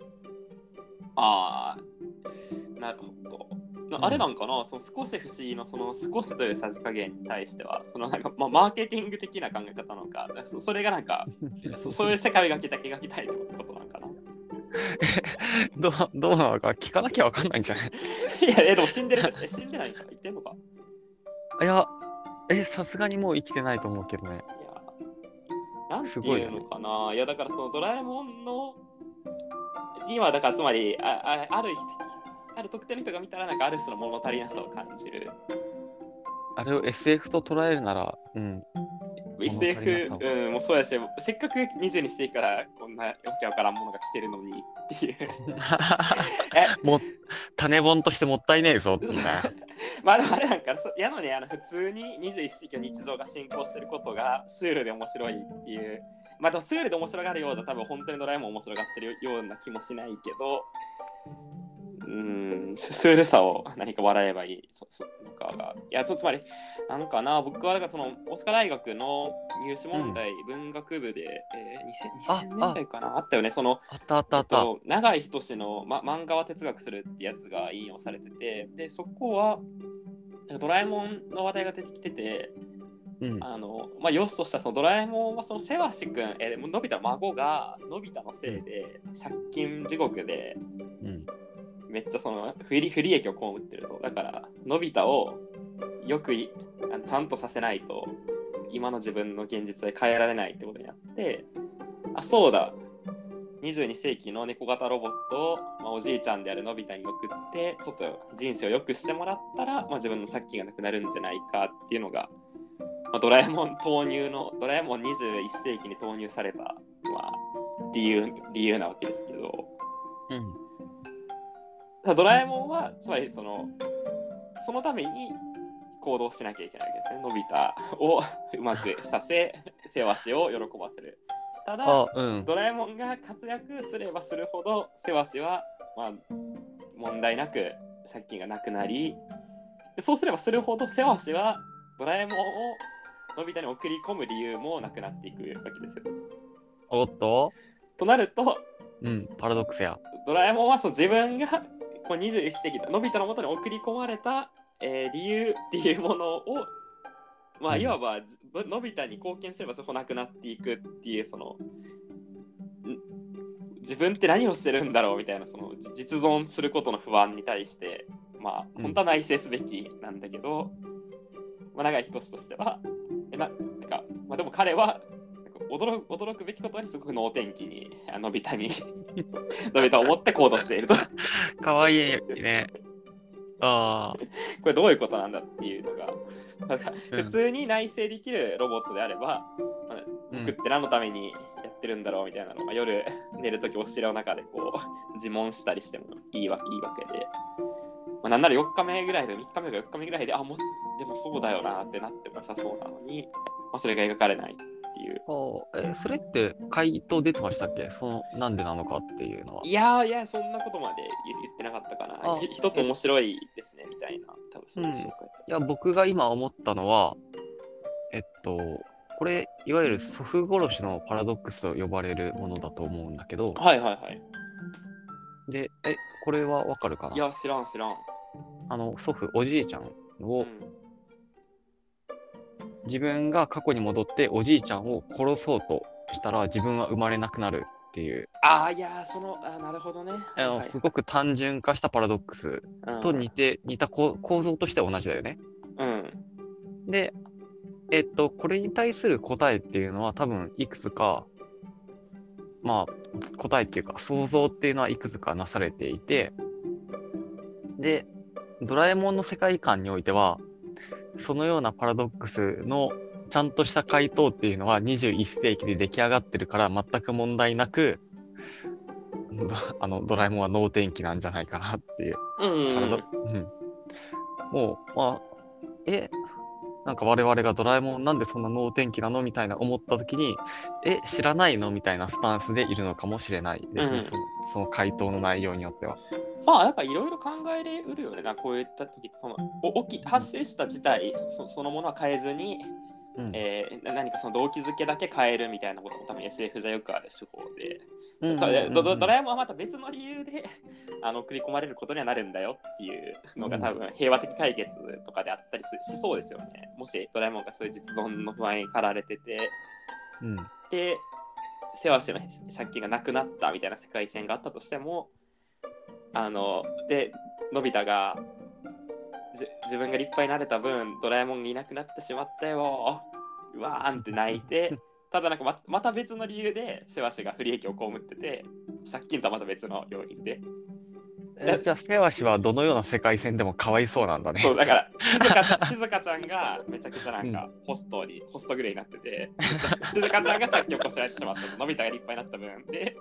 なるほど。あれなんかな、その少し不思議のその少しというさじ加減に対してはそのマーケティング的な考え方なのか、それがそういう世界を描きたいってことなんかな。 どうなのか聞かなきゃ分かんないんじゃない？ いやでも死んでる死んでないんか、生きてんのか。 いやさすがにもう生きてないと思うけどね。 いやなんていうのかな。いやだからそのドラえもんの今だからつまりある特定の人が見たらある種の物足りなさを感じる。 あれを SF と捉えるなら物足りなさを SF、もうそうやし、せっかく22世紀からこんなわけわからんものが来てるのにっていうもう種本としてもったいねえぞってね。 まあでもあれなんか、やのに普通に21世紀の日常が進行してることがシュールで面白いっていう。まあでもシュールで面白がるようじゃ多分本当にドラえもん面白がってるような気もしないけど、シュールさを何か笑えばいいのかが。いや、つまり、なんかな、僕はだからその大阪大学の入試問題、文学部で、2000年代かな、あったよね。そのあったあったあった。 永井仁の、漫画は哲学するってやつが引用されてて、で、そこはドラえもんの話題が出てきてて、よしとしたそのドラえもんはそのせわしくん、のび太の孫がのび太のせいで借金地獄で、めっちゃその不利益を被ってると。だからのび太をよくちゃんとさせないと今の自分の現実で変えられないってことになって、あ、そうだ、22世紀の猫型ロボットを、おじいちゃんであるのび太に送ってちょっと人生を良くしてもらったら、自分の借金がなくなるんじゃないかっていうのが、ドラえもん21世紀に投入された、理由なわけですけど、ドラえもんはつまりそのために行動しなきゃいけないわけですね。のび太をうまくさせ、せわしを喜ばせる。ただ、ドラえもんが活躍すればするほどせわしは、問題なく借金がなくなり、そうすればするほどせわしはドラえもんをのび太に送り込む理由もなくなっていくわけですよ。 おっととなると、 パラドックスや。 ドラえもんは自分がこう21世紀のび太のもとに送り込まれた、理由っていうものを、いわばのび太に貢献すればそこなくなっていくっていう、自分って何をしてるんだろうみたいな、実存することの不安に対して、本当は内省すべきなんだけど、永井仁としてはでも彼は驚くべきことにすごく能天気にのび太を持って行動していると。 かわいいね。これどういうことなんだっていうのが、普通に内省できるロボットであれば、僕って何のためにやってるんだろうみたいなのが、夜寝るときお尻の中でこう自問したりしてもいいわけで、なんなら4日目ぐらいで3日目とか4日目ぐらいで、もうでもそうだよなってなっても良さそうなのに、それが描かれないっていう。 それって回答出てましたっけ？なんでなのかっていうのは。 いやそんなことまで言ってなかったかな。一つ面白いですねみたいな、多分そういう紹介。 いや、僕が今思ったのは、これいわゆる祖父殺しのパラドックスと呼ばれるものだと思うんだけど。で、これはわかるかな？ いや、知らん。 祖父、おじいちゃんを、自分が過去に戻っておじいちゃんを殺そうとしたら自分は生まれなくなるっていう。 なるほどね。 すごく単純化したパラドックスと似た構造として同じだよね。で、これに対する答えっていうのは多分いくつか、答えっていうか想像っていうのはいくつかなされていて、で、ドラえもんの世界観においては、そのようなパラドックスのちゃんとした回答っていうのは21世紀で出来上がってるから全く問題なく、ドラえもんは能天気なんじゃないかなっていう。もう、なんか我々がドラえもんなんでそんな能天気なのみたいな思った時に、知らないのみたいなスタンスでいるのかもしれないですね。その回答の内容によっては。 なんかいろいろ考えれるよね。こういった時って発生した事態そのものは変えずに、何かその動機づけだけ変えるみたいなことも多分 SF じゃよくある手法で、ドラえもんはまた別の理由で送り込まれることにはなるんだよっていうのが多分平和的解決とかであったりしそうですよね。もしドラえもんがそういう実存の不安に駆られてて、でせわしの借金がなくなったみたいな世界線があったとしても、でのび太が自分が立派になれた分ドラえもんがいなくなってしまったよ、うわーんって泣いてただなんか また別の理由でせわしが不利益を被ってて、借金とはまた別の要因でじゃあせわしはどのような世界線でもかわいそうなんだね。 そうだから静香ちゃんがめちゃくちゃなんかホストグレーになってて、静香ちゃんが借金をこしらえてしまったの、のび太が立派になった分で、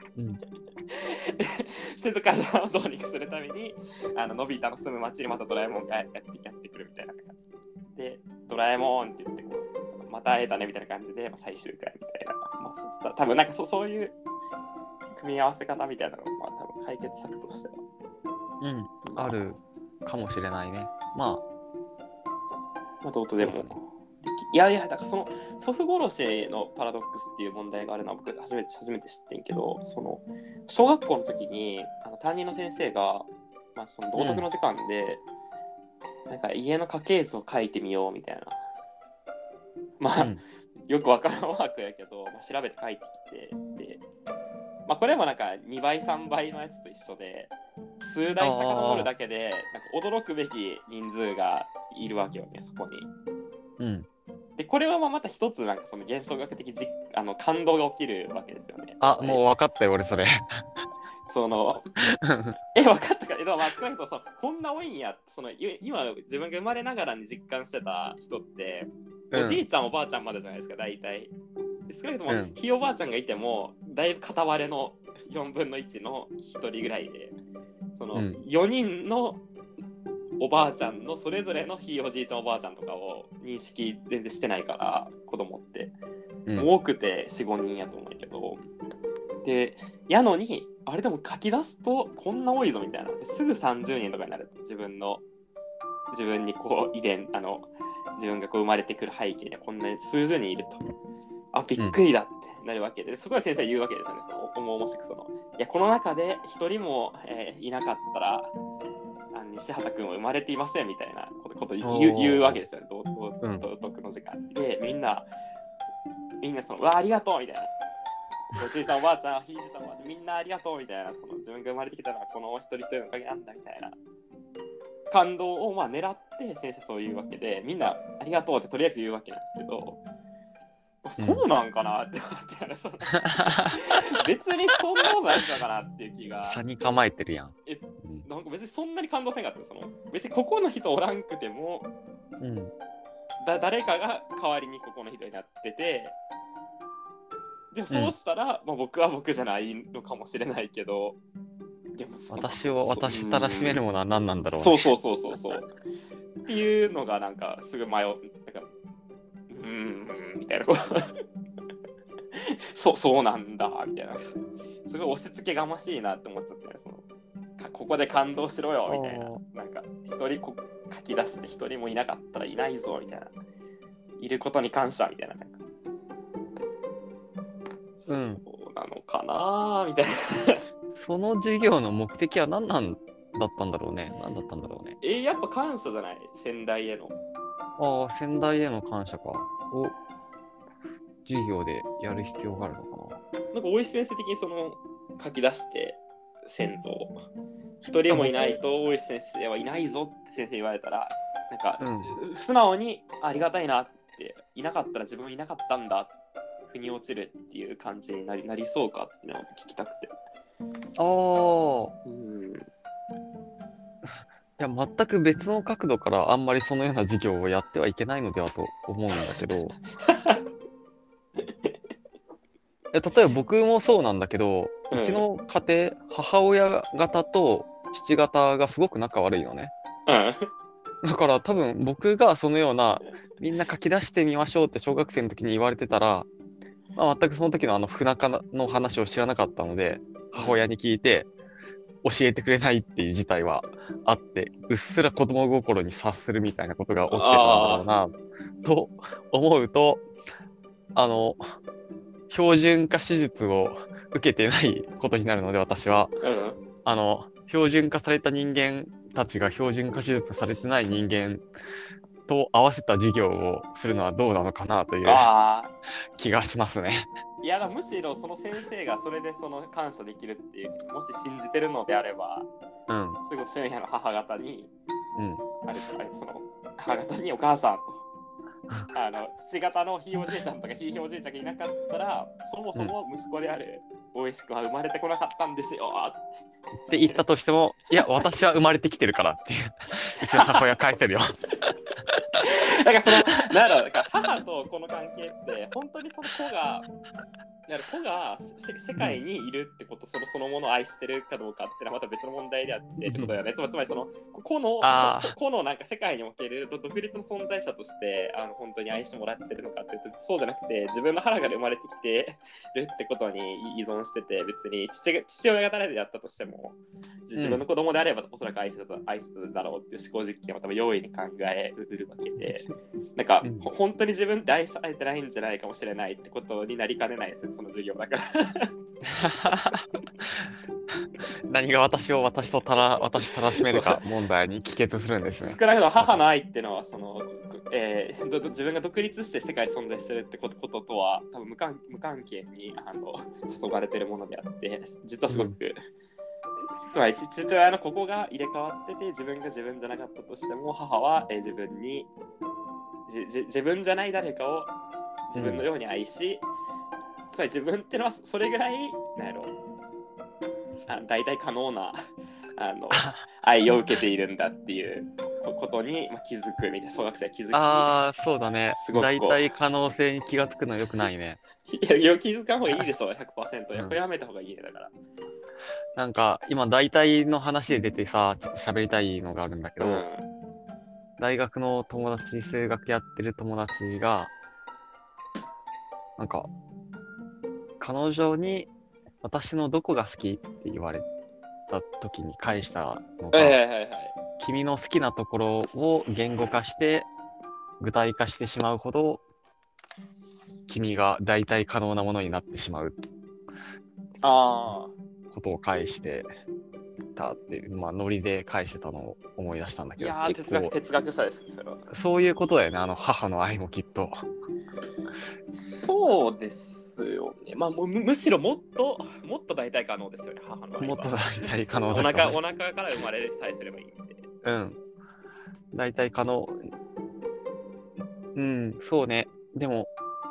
静香ちゃんをどうにかするためにのび太の住む町にまたドラえもんがやってくるみたいな感じで、ドラえもんって言ってこうまた会えたねみたいな感じで、最終回みたいな、多分なんかそういう組み合わせ方みたいなのが多分解決策としてはあるかもしれないね。まあどうとでも。いやだからその祖父殺しのパラドックスっていう問題があるのは僕初めて知ってんけど、その小学校の時に担任の先生が、その道徳の時間で、なんか家の家系図を書いてみようみたいな、よくわからんワークやけど、調べて書いてきて、でこれもなんか2倍3倍のやつと一緒で、数台遡るだけでなんか驚くべき人数がいるわけよね、そこに。でこれはまた一つなんかその現象学的感動が起きるわけですよね。 もう分かったよ俺それ。 その分かったか。少なくともこんな多いんや、今自分が生まれながらに実感してた人って、おじいちゃんおばあちゃんまでじゃないですか大体。少なくともひいおばあちゃんがいてもだいぶ片割れの4分の1の1人ぐらいで、その4人のおばあちゃんのそれぞれのひいおじいちゃんおばあちゃんとかを認識全然してないから、子供って、多くて 4,5 人やと思うけど、でやのにあれでも書き出すとこんな多いぞみたいな、ですぐ30人とかになると、自分にこう自分がこう生まれてくる背景にはこんなに数十人いると、びっくりだってなるわけで、そこで先生言うわけですよね。重々しくいやこの中で一人も、いなかったら西畑君は生まれていませんみたいなこと言うわけですよね、道徳の時間で。みんなありがとうみたいな、おじいちゃんおばあちゃんひいじいちゃんおばあちゃんみんなありがとうみたいな、自分が生まれてきたのはこの一人一人のおかげなんだみたいな感動を狙って先生そう言うわけで、みんなありがとうってとりあえず言うわけなんですけど、そうなんかなって思って別にそんなことないのかなっていう気が。 車に構えてるやん。 なんか別にそんなに感動せんかった。別にここの人おらんくても、誰かが代わりにここの人になってて、でもそうしたら、僕は僕じゃないのかもしれないけど、でも私たらしめるものは何なんだろう、 ね、そうっていうのがなんかすぐみたいなそうなんだみたいな、すごい押し付けがましいなって思っちゃって、ね、ここで感動しろよみたいな、なんか一人書き出して一人もいなかったらいないぞみたいな、いることに感謝みたいな、なんかそうなのかなみたいなその授業の目的は何だったんだろうね。 やっぱ感謝じゃない、先代への。 先代への感謝かを授業でやる必要があるのかな。 なんか大石先生的に書き出して先祖一人もいないと大石先生はいないぞって先生言われたら、なんか、素直にありがたいなって、いなかったら自分いなかったんだ、腑に落ちるっていう感じになりそうかっていうのを聞きたくて。 いや全く別の角度からあんまりそのような授業をやってはいけないのではと思うんだけど例えば僕もそうなんだけど、うちの家庭母親方と父方がすごく仲悪いのね、だから多分僕がそのようなみんな書き出してみましょうって小学生の時に言われてたら、全くその時の不仲の話を知らなかったので、母親に聞いて教えてくれないっていう事態はあって、うっすら子供心に察するみたいなことが起きてたんだろうなと思うと、標準化手術を受けてないことになるので、私は、標準化された人間たちが標準化手術されてない人間と合わせた授業をするのはどうなのかなという気がしますね。 いやむしろその先生がそれで感謝できるっていう、もし信じてるのであれば、それこそ俊也の母方に、母方にお母さんと父方のひいおじいちゃんとかひいおじいちゃんがいなかったら、そもそも息子である大石君は生まれてこなかったんですよって言ったとしても、いや、私は生まれてきてるからっていう、うちの母親返せるよ。 だからその、なんだろう、だから母とこの関係って、本当にその子が世界にいるってこと、そのものを愛してるかどうかってのはまた別の問題であってってことだよね。つまりその個のなんか世界における独立の存在者として本当に愛してもらってるのかっていうと、そうじゃなくて、自分の腹から生まれてきてるってことに依存してて、別に父親が誰であったとしても自分の子供であればおそらく愛するだろうっていう思考実験は多分容易に考えうるわけで、なんか、本当に自分って愛されてないんじゃないかもしれないってことになりかねないですよ、その授業だから。 何が私とたらしめるか問題に帰結するんですね。 少なくとも母の愛っていうのは自分が独立して世界に存在してるってこととは多分無関係に注がれてるものであって、実はすごく、つまり父親のここが入れ替わってて、自分が自分じゃなかったとしても、母は、自分じゃない誰かを自分のように愛し、つまり自分ってのはそれぐらいなんやろ、大体可能な愛を受けているんだっていうことに、気づくみたいな、小学生は気づき。 ああ、そうだね。 すごく大体可能性に気がつくのはよくないね。 いや気づかん方がいいでしょ、100%。やっぱやめた方がいいね、だから。 なんか今大体の話で出てさ、ちょっと喋りたいのがあるんだけど、大学の友達、数学やってる友達が、なんか彼女に私のどこが好きって言われた時に返したのが、君の好きなところを言語化して具体化してしまうほど君が大体可能なものになってしまうことを返してたっていう、ノリで返してたのを思い出したんだけど、 いやー、哲学者です。 そういうことだよね、母の愛もきっと。 そうですよね。むしろもっと大体可能ですよね、母の愛は。 もっと大体可能ですよね。 お腹から生まれさえすればいいんで。 大体可能。そうね。でも、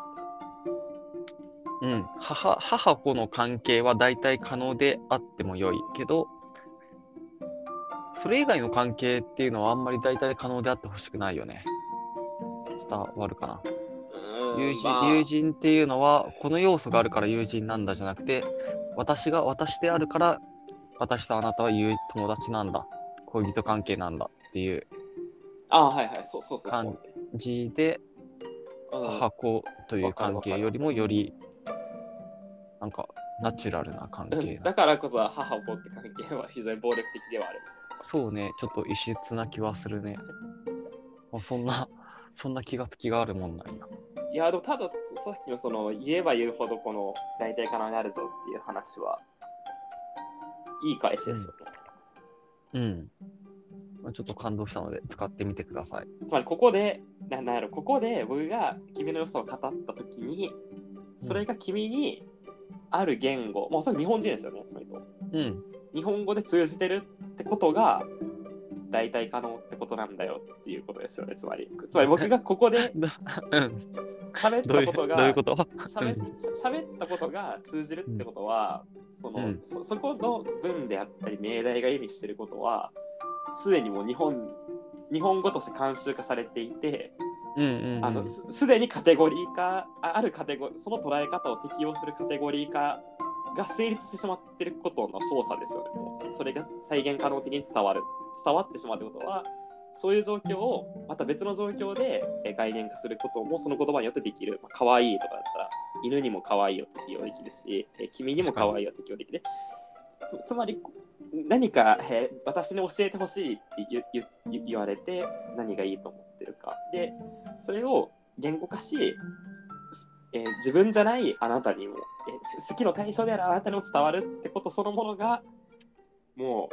母子の関係は大体可能であっても良いけど、それ以外の関係っていうのはあんまり大体可能であってほしくないよね。伝わるかな。友人っていうのはこの要素があるから友人なんだじゃなくて、私が私であるから私とあなたは友達なんだ、恋人関係なんだっていう感じで、母子という関係よりもよりなんかナチュラルな関係だからこそ母子って関係は非常に暴力的ではある。 そうね、ちょっと異質な気はするね。そんな気がつきがあるもんなんや。 いや、でもたださっきのその言えば言うほどこの大体可能になるぞっていう話はいい返しですよね。 ちょっと感動したので使ってみてください。 つまりここで僕が君の良さを語ったときに、それが君にある言語、もうそれ日本人ですよね、つまりと。日本語で通じてるってことが大体可能ってことなんだよっていうことですよね。つまり僕がここで喋ったことが喋ったことが通じるってことは、そこの文であったり命題が意味してることはすでにもう日本語として慣習化されていて、すでにカテゴリー化、その捉え方を適用するカテゴリー化が成立してしまっていることの証左ですよね。もうそれが再現可能的に伝わってしまうということは、そういう状況をまた別の状況で概念化することもその言葉によってできる。可愛いとかだったら犬にも可愛いを適用できるし、君にも可愛いを適用できる。つまり何か、私に教えてほしいって言われて何がいいと思ってるかで、それを言語化し、自分じゃないあなたにも、好きの対象であるあなたにも伝わるってことそのものがも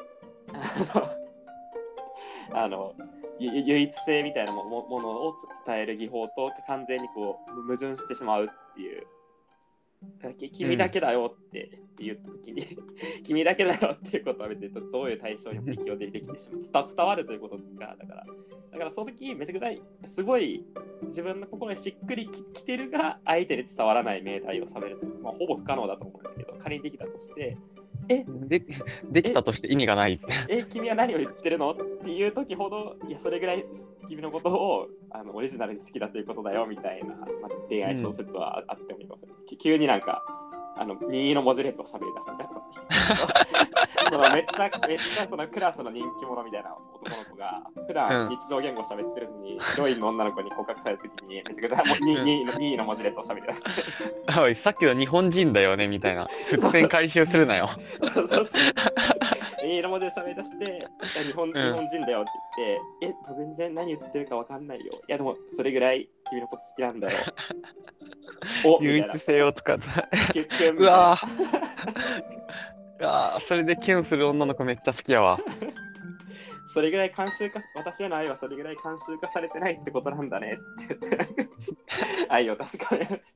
う唯一性みたいなものを伝える技法と完全にこう矛盾してしまうっていう君だけだよって言った時に君だけだよっていうことは別にどういう対象に適用できてしまう伝わるということがだからその時めちゃくちゃすごい自分の心にしっくりきてるが相手に伝わらない命題を喋ると、まあ、ほぼ不可能だと思うんですけど、仮にできたとしてできたとして意味がない君は何を言ってるのっていう時ほど、いやそれぐらい君のことをオリジナルに好きだということだよみたいな、まあ、恋愛小説はあってもいいかもしれない、急になんか任意の文字列を喋り出すみたいなそのめっちゃそのクラスの人気者みたいな男の子が普段日常言語を喋ってるのに、ヒロインの女の子に告白された時にめちゃくちゃ任意の文字列を喋り出しておいさっきの日本人だよねみたいな伏線回収するなよ任意の文字で喋り出して日本人だよって言って全然何言ってるか分かんないよ、いやでもそれぐらい君のこと好きなんだよ唯一性を使ったうわーそれでキュンする女の子めっちゃ好きやわそれぐらい慣習化、私への愛はそれぐらい慣習化されてないってことなんだねって言って愛を確かめる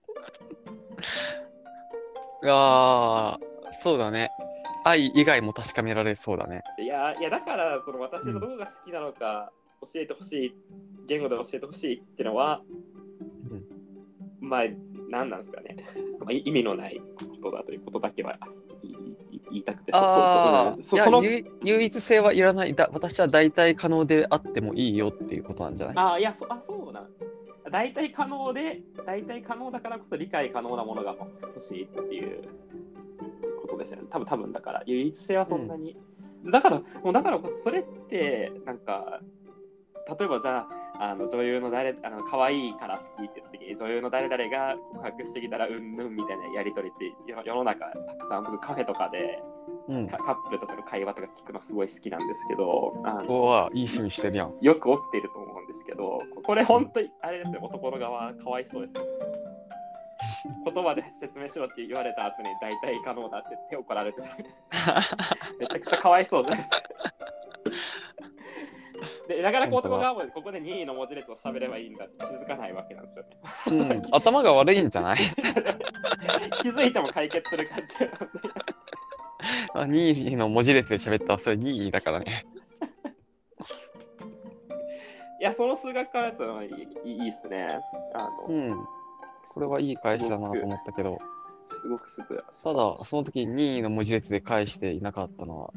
そうだね、愛以外も確かめられそうだね。 いやだからこの私のどこが好きなのか教えてほしい、言語で教えてほしいっていうのは、まあ何なんですかね意味のないことだということだけは言いたくて、 唯一性はいらない、私は代替可能であってもいいよっていうことなんじゃない？ そうなん代替可能だからこそ理解可能なものが欲しいっていうことですよね。多分だから唯一性はそんなに、だからこそそれってなんか例えばじゃあ女優の可愛いから好きって言った時に女優の誰々が告白してきたらうんぬんみたいなやり取りって世の中たくさん僕カフェとかで、カップルたちの会話とか聞くのすごい好きなんですけど、 ここはいい趣味してるやん。 よく起きてると思うんですけど、これ本当にあれですよ、男の側かわいそうですよ言葉で説明しろって言われた後に大体可能だって手を怒られてめちゃくちゃかわいそうじゃないですかでなかなか男側もここで任意の文字列を喋ればいいんだって気づかないわけなんですよね、 頭が悪いんじゃない気づいても解決するかって任意の文字列で喋ったらそれ任意だからねいやその数学からやつはいいっすね。 これはいい返しだなと思ったけど、 すごくただその時任意の文字列で返していなかったのは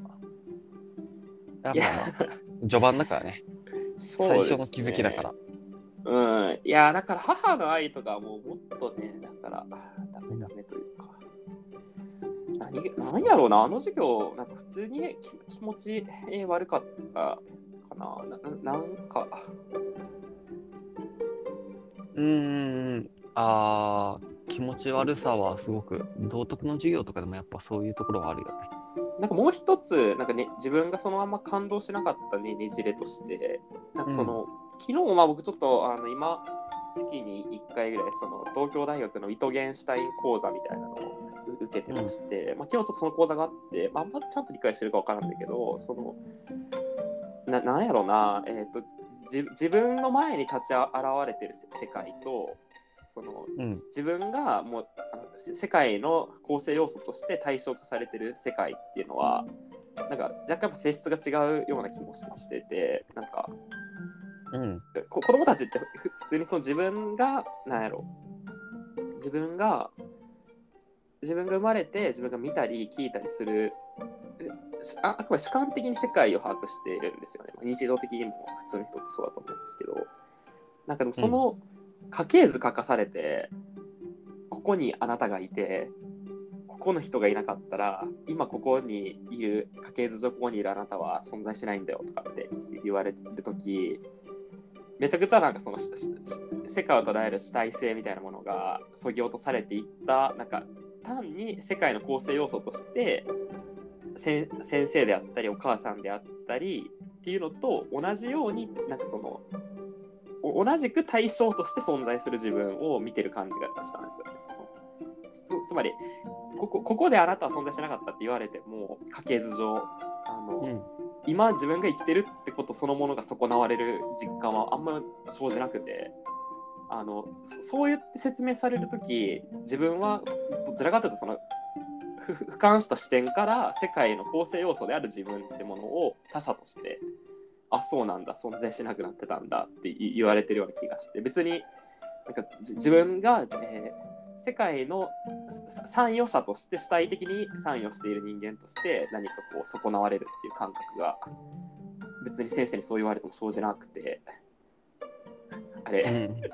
序盤だからね最初の気づきだから。 いやだから母の愛とかもっとね、だからダメというか、何やろうな、授業なんか普通に気持ち悪かったかな、なんか気持ち悪さはすごく道徳の授業とかでもやっぱそういうところはあるよね。 なんかもう一つなんかね、自分がそのまま感動しなかったねじれとして、なんか昨日僕ちょっと今月に1回ぐらいその東京大学のイトゲンシュタイン講座みたいなのを受けてまして、昨日ちょっとその講座があって、あんまちゃんと理解してるかわからんだけど、なんやろうな、自分の前に立ち現れてる世界と自分がもう世界の構成要素として対象化されてる世界っていうのはなんか若干性質が違うような気もしてて、なんか、子供たちって普通に自分が自分が生まれて自分が見たり聞いたりするあくまで主観的に世界を把握しているんですよね。日常的にも普通の人ってそうだと思うんですけど、なんかでもその家系図書かされて、ここにあなたがいてここの人がいなかったら今ここにいる家系図上ここにいるあなたは存在しないんだよとかって言われるとき、めちゃくちゃなんかその世界を捉える主体性みたいなものが削ぎ落とされていった、なんか単に世界の構成要素として先生であったりお母さんであったりっていうのと同じように、なんか同じく対象として存在する自分を見てる感じがしたんですよね。つまりここであなたは存在しなかったって言われても家系図上今自分が生きてるってことそのものが損なわれる実感はあんま生じなくて、 そう言って説明されるとき、自分はどちらかというとその俯瞰した視点から世界の構成要素である自分ってものを他者として、あ、そうなんだ、存在しなくなってたんだって言われてるような気がして、別になんか自分が、世界の参与者として主体的に参与している人間として何かこう損なわれるっていう感覚が別に先生にそう言われても生じなくて、あれ、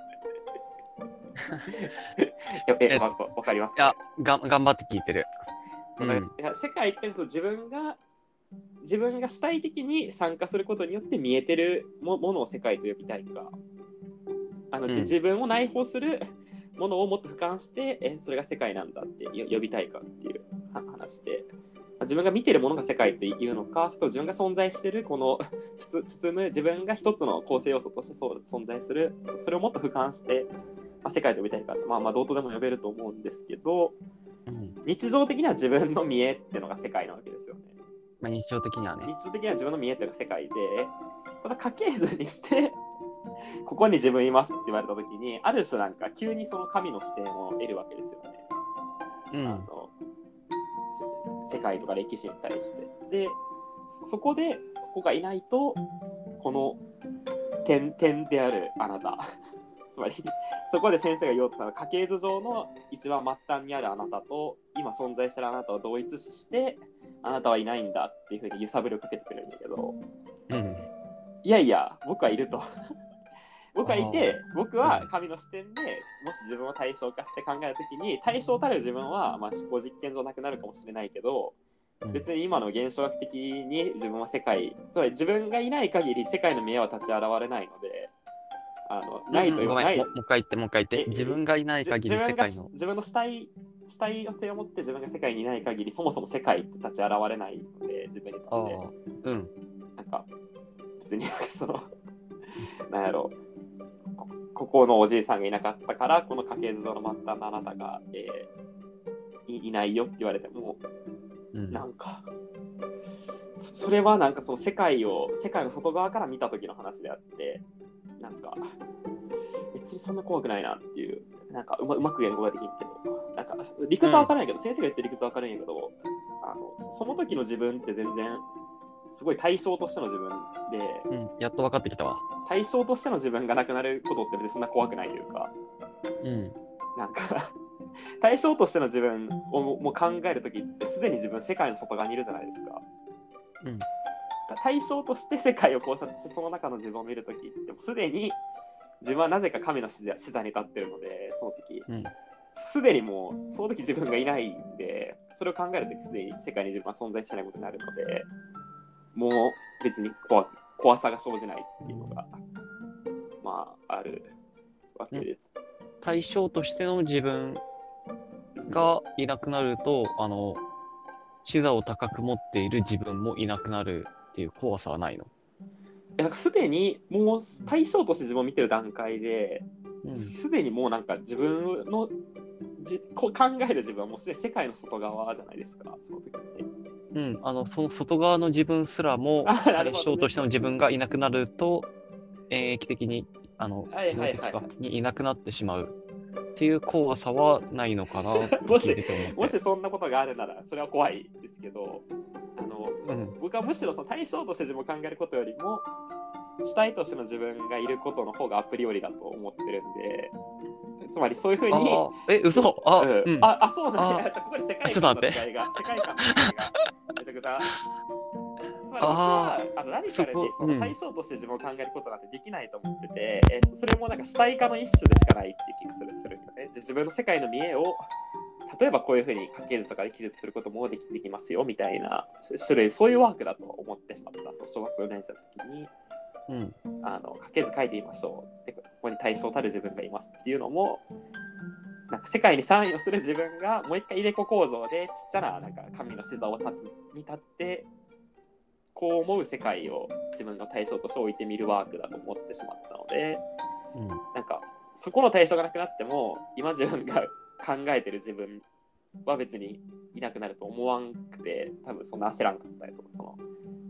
わかりますか？ いや、頑張って聞いてる。 いや世界って自分が主体的に参加することによって見えてるものを世界と呼びたいか、自分を内包するものをもっと俯瞰してそれが世界なんだって呼びたいかっていう話で、自分が見てるものが世界というのか、それと自分が存在してるこの包む自分が一つの構成要素として存在する、それをもっと俯瞰して、世界と呼びたいかって、どうとでも呼べると思うんですけど、日常的には自分の見えっていうのが世界なわけですよね。 日常的にはね。 日常的には自分の見えっていうのが世界で、ただ家系図にしてここに自分いますって言われた時に、ある種なんか急にその神の視点を得るわけですよね。世界とか歴史に対して。で、そこでここがいないと、この点であるあなたつまりそこで先生が言おうとした家系図上の一番末端にあるあなたと今存在してるあなたを同一視してあなたはいないんだっていうふうに揺さぶりをかけてくれるんだけど、いやいや僕はいると僕はいて、僕は神の視点でもし自分を対象化して考えるときに、対象たる自分は思考実験上なくなるかもしれないけど、別に今の現象学的に自分は世界、つまり自分がいない限り世界の見えは立ち現れないので、ないというない。 もう一回言って。自分がいない限り世界の。 自分の主体性を持って自分が世界にいない限り、そもそも世界って立ち現れないので、自分にとって。なんか、別にその、なんやろう。ここのおじいさんがいなかったからこの家系図上の末端のあなたが、いないよって言われても、なんかそれはなんかその世界の外側から見た時の話であって、なんか別にそんな怖くないなっていう、なんかうまく言うことができるけど、なんか理屈は分からないけど、先生が言ってる理屈は分からないけど、その時の自分って全然すごい対象としての自分で、 やっと分かってきたわ。 対象としての自分がなくなることって別にそんな怖くないというか、なんか対象としての自分をもう考えるときってすでに自分世界の外側にいるじゃないですか。対象として世界を考察してその中の自分を見るときってすでに自分はなぜか神の視座に立ってるので、その時すでにもうその時自分がいないんで、それを考えるときすでに世界に自分は存在してないことになるので、もう別に怖さが生じないっていうのがあるわけです。 対象としての自分がいなくなると、視座を高く持っている自分もいなくなるっていう怖さはないの？ すでにもう対象として自分を見てる段階で、すでにもうなんか自分の考える自分はもうすでに世界の外側じゃないですか、その時って。 その外側の自分すらも対象としての自分がいなくなると、演疫的に機能的かにいなくなってしまうっていう怖さはないのかなもしそんなことがあるならそれは怖いですけど、僕はむしろその対象として自分を考えることよりも主体としての自分がいることの方がアプリよりだと思ってるんで、つまりそういうふうに嘘そうなんだ。ここで世界観の違いがめちゃくちゃ、つまり僕はラディカルにその対象として自分を考えることなんてできないと思ってて、それもなんか主体化の一種でしかないっていう気がするよね。自分の世界の見栄を例えばこういうふうに家系図とかで記述することもできますよみたいな種類、そういうワークだと思ってしまった。その小学校4年生の時に、家系図書いてみましょうで、ここに対象たる自分がいますっていうのも、なんか世界に参与する自分がもう一回入れ子構造でちっちゃななんか神の視座を立ってこう思う世界を自分の対象として置いてみるワークだと思ってしまったので、なんかそこの対象がなくなっても今自分が考えてる自分は別にいなくなると思わんくて、多分そんな焦らんかったりとか、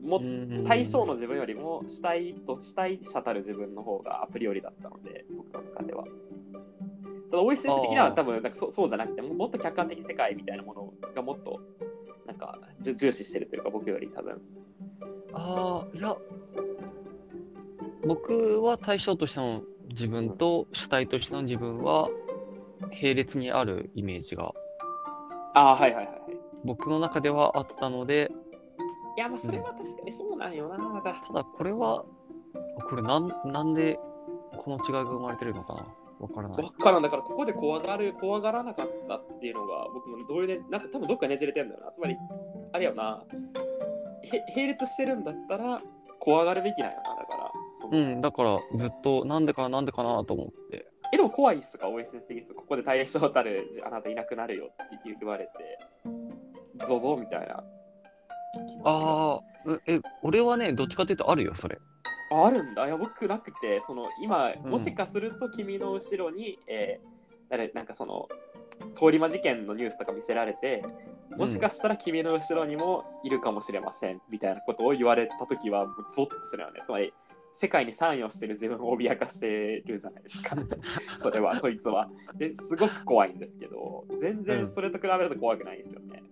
も対象の自分よりも主体者たる自分の方がアプリよりだったので、僕の中では。ただ、大石先生的には多分なんかそうじゃなくて、もっと客観的世界みたいなものがもっとなんか重視してるというか、僕より多分。 いや、僕は対象としての自分と主体としての自分は並列にあるイメージがはいはいはい。 僕の中ではあったので、 いや、まあそれは確かにそうなんよな。だからただこれなんでこの違いが生まれてるのかな、わからない。 だからここで怖がらなかったっていうのが僕もどういうね、なんか多分どっかねじれてんだよな。つまりあれよな、並列してるんだったら怖がるべきなんよな。だからだからずっとなんでかなと思って。 でも怖いっすか、大江先生です。ここで対象たるあなたいなくなるよって言われて、ゾゾみたいな。 俺はね、どっちかっていうとあるよ、それ。 あるんだ。いや、僕なくて、今、もしかすると君の後ろに、なんか通り魔事件のニュースとか見せられて、もしかしたら君の後ろにもいるかもしれませんみたいなことを言われたときは、ゾッとするよね。つまり、世界に参与してる自分を脅かしてるじゃないですか。そいつは。ですごく怖いんですけど、全然それと比べると怖くないんですよね。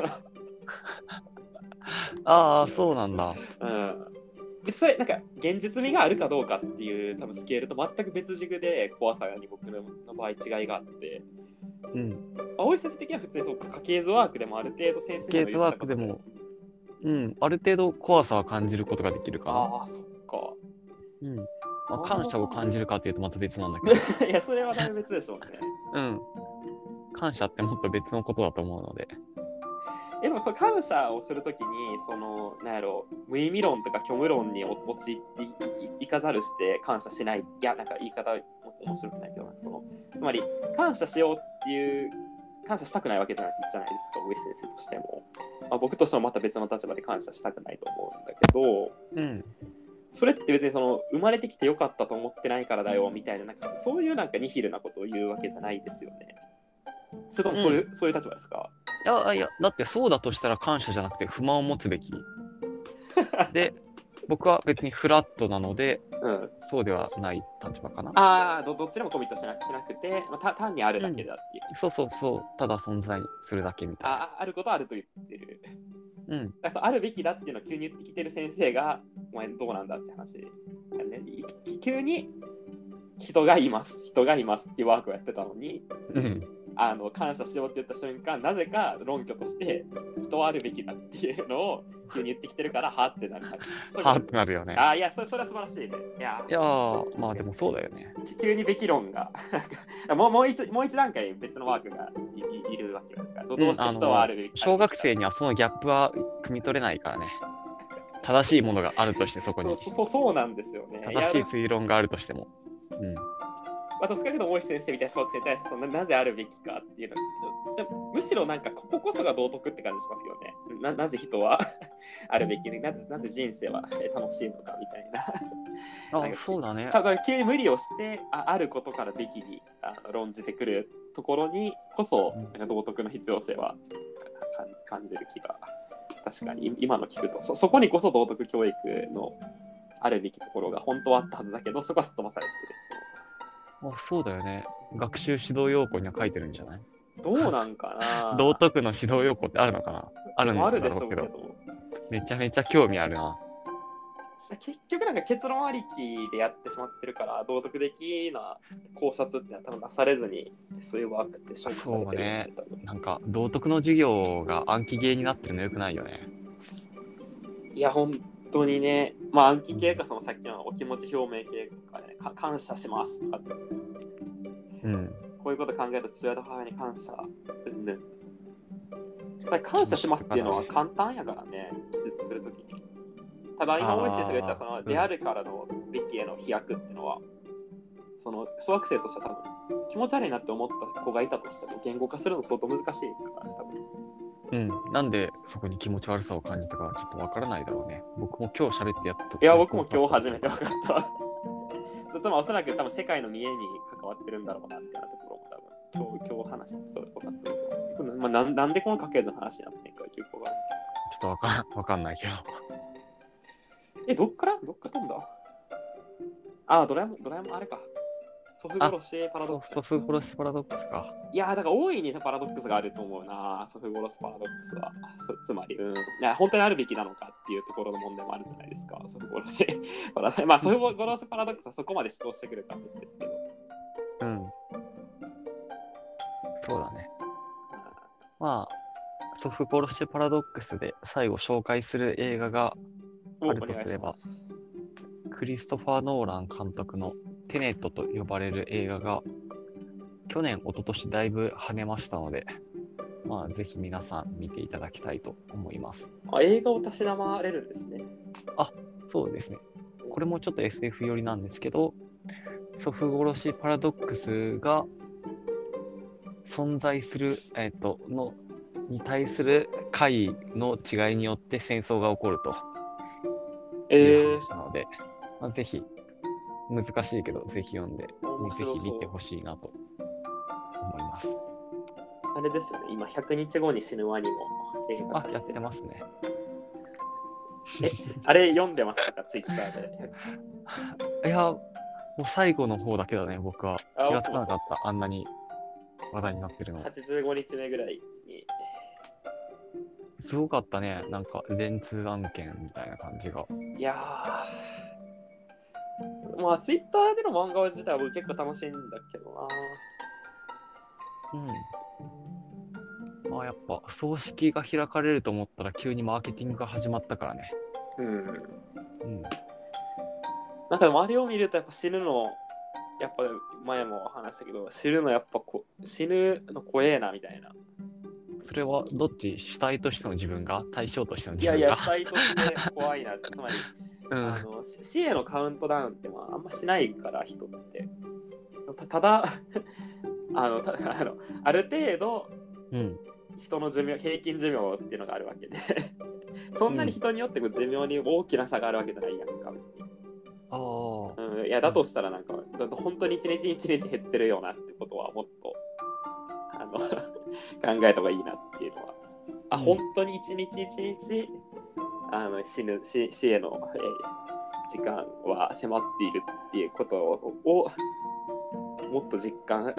そうなんだ。 でそれなんか現実味があるかどうかっていう多分スケールと全く別軸で怖さに僕の場合違いがあって、青井先生的には普通に家系図ワークでもある程度先生の家系図ワークでも、ある程度怖さは感じることができるかな。 そっか。 感謝を感じるかっていうとまた別なんだけど。 いや、それはだいぶ別でしょうね。 感謝ってもっと別のことだと思うので。 でも感謝をするときになんやろ、無意味論とか虚無論に陥っていかざるして感謝しない。いや、なんか言い方も面白くないけど、つまり感謝しようっていう感謝したくないわけじゃないですか、大石先生としても。僕としてもまた別の立場で感謝したくないと思うんだけど、それって別に生まれてきてよかったと思ってないからだよみたいな、なんかそういうなんかニヒルなことを言うわけじゃないですよね。それともそういう立場ですか？ いや、だってそうだとしたら感謝じゃなくて不満を持つべき。で、僕は別にフラットなので、そうではない立場かな。 どっちでもコミットしなくて、単にあるだけだっていう。 そう、ただ存在するだけみたいな。 あることあると言ってる。だからあるべきだっていうのを急に言ってきてる先生が、お前どうなんだって話で、急に人がいますっていうワークをやってたのに、感謝しようって言った瞬間、なぜか論拠として人はあるべきだっていうのを急に言ってきてるからはってなる。 はってなるよね。 いや、それは素晴らしいね。いやまあでもそうだよね。 急にべき論がもう一段階別のワークがいるわけだから、どうして人はあるべき。 小学生にはそのギャップは汲み取れないからね。正しいものがあるとしてそこに。 そうなんですよね。 正しい推論があるとしても。 少なくとも大石先生みたいな小学生に対してなぜあるべきかっていうの、むしろなんかこここそが道徳って感じしますよね。なぜ人はあるべきで、なぜ人生は楽しいのかみたいな。 そうだね。 ただ急に無理をしてあることからべきに論じてくるところにこそ、なんか道徳の必要性は感じる気が確かに今の聞くと、そこにこそ道徳教育のあるべきところが本当はあったはずだけど、そこはすっ飛ばされてる。 そうだよね。学習指導要項には書いてるんじゃない？ どうなんかな。 道徳の指導要項ってあるのかな？あるんだろうけど。めちゃめちゃ興味あるな。 結局なんか結論ありきでやってしまってるから、道徳的な考察ってのは多分なされずに、そういうワークって消化されてる。そうね。 なんか道徳の授業が暗記ゲーになってるのよくないよね。 いや本当にね、暗記系かさっきのお気持ち表明系とかね、感謝しますとかって、こういうこと考えると父親と母親に感謝それ感謝しますっていうのは簡単やからね、記述するときに。ただ今大石先生が言ったであるからのべきへの飛躍っていうのは、小学生としては多分気持ち悪いなって思った子がいたとしても言語化するの相当難しいからね、多分。 なんでそこに気持ち悪さを感じたかちょっとわからないだろうね。僕も今日喋ってやっと。 いや、僕も今日初めて分かった。それともおそらく多分世界の見えに関わってるんだろうなみたいなところも多分今日話して分かってる。なんでこの家系図の話になってんかいう子が。 ちょっとわかんないけど。 どっから飛んだ？あ、ドラえもん、あれか。祖父殺しパラドックス。 祖父殺しパラドックスか。 いやー、だから大いにパラドックスがあると思うな、祖父殺しパラドックスは。つまり、いや、本当にあるべきなのかっていうところの問題もあるじゃないですか、祖父殺しパラドックス。まあ、祖父殺しパラドックスはそこまで主張してくるかは別ですけど。 うん。そうだね。まあ、祖父殺しパラドックスで最後紹介する映画があるとすれば、クリストファー・ノーラン監督のテネットと呼ばれる映画が去年、一昨年だいぶ跳ねましたので、まあ、ぜひ皆さん見ていただきたいと思います。 映画をたしなまれるんですね。 そうですね。これもちょっと SF 寄りなんですけど、祖父殺しパラドックスが存在する、に対する解の違いによって戦争が起こるという話なので、まあ、ぜひ、難しいけど、ぜひ読んで、ぜひ見てほしいなと思います。 あれですよね、今、100日後に死ぬワニも映画化してやってますね。 あれ読んでましたか、ツイッターで。 いや、もう最後の方だけだね、僕は。気がつかなかった、あんなに話題になってるの。 85日目ぐらいに。 すごかったね、なんか電通案件みたいな感じが。 いやー、まあツイッターでの漫画自体は僕結構楽しいんだけどな。 まあやっぱ葬式が開かれると思ったら急にマーケティングが始まったからね。 なんかでもあれを見るとやっぱ死ぬの、やっぱ前も話したけど、死ぬのやっぱ死ぬの怖えなみたいな。 それはどっち？主体としての自分が？対象としての自分が？ いや主体として怖いなって。つまり、死へのカウントダウンってあんましないから人って。ただある程度、人の寿命、平均寿命っていうのがあるわけでそんなに人によって寿命に大きな差があるわけじゃないやんか。いやだとしたらなんか本当に一日一日減ってるよなってことはもっと考えた方がいいなっていうのは、本当に一日一日死への、時間は迫っているっていうことをもっと実感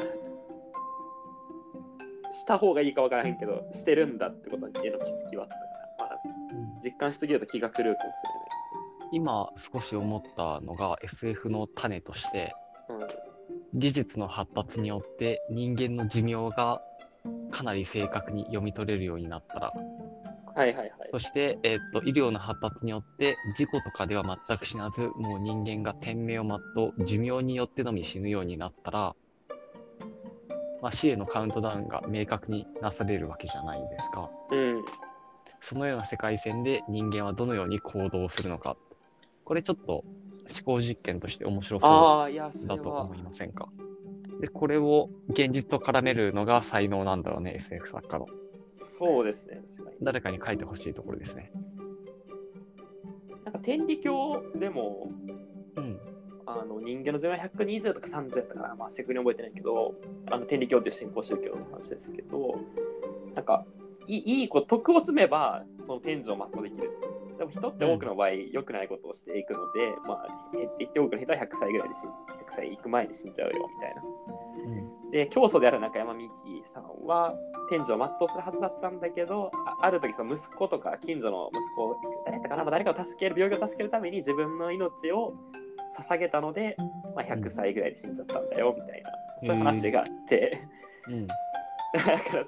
した方がいいか分からへんけど、してるんだってことへの気づきはあったから、実感しすぎると気が狂うかもしれない。 今少し思ったのが SF の種として、技術の発達によって人間の寿命がかなり正確に読み取れるようになったら、そして、医療の発達によって事故とかでは全く死なず、もう人間が天命を全う寿命によってのみ死ぬようになったら、死へのカウントダウンが明確になされるわけじゃないですか。そのような世界線で人間はどのように行動するのか、これちょっと思考実験として面白そうだと思いませんか？で、これを現実と絡めるのが才能なんだろうね、SF 作家の。 そうですね。 誰かに書いてほしいところですね。 なんか天理教でも、人間の寿命は120とか30だったから、正確に覚えてないけど、天理教っていう新興宗教の話ですけど、なんかいい徳を積めばその天寿を全うできる。でも人って多くの場合、良くないことをしていくので、減っていって多くの人は100歳ぐらいで100歳行く前に死んじゃうよみたいな。で、教祖である中山美紀さんは天寿を全うするはずだったんだけど、ある時その息子とか近所の息子、誰かを助ける、病気を助けるために自分の命を捧げたので、100歳ぐらいで死んじゃったんだよみたいな、そういう話があってだから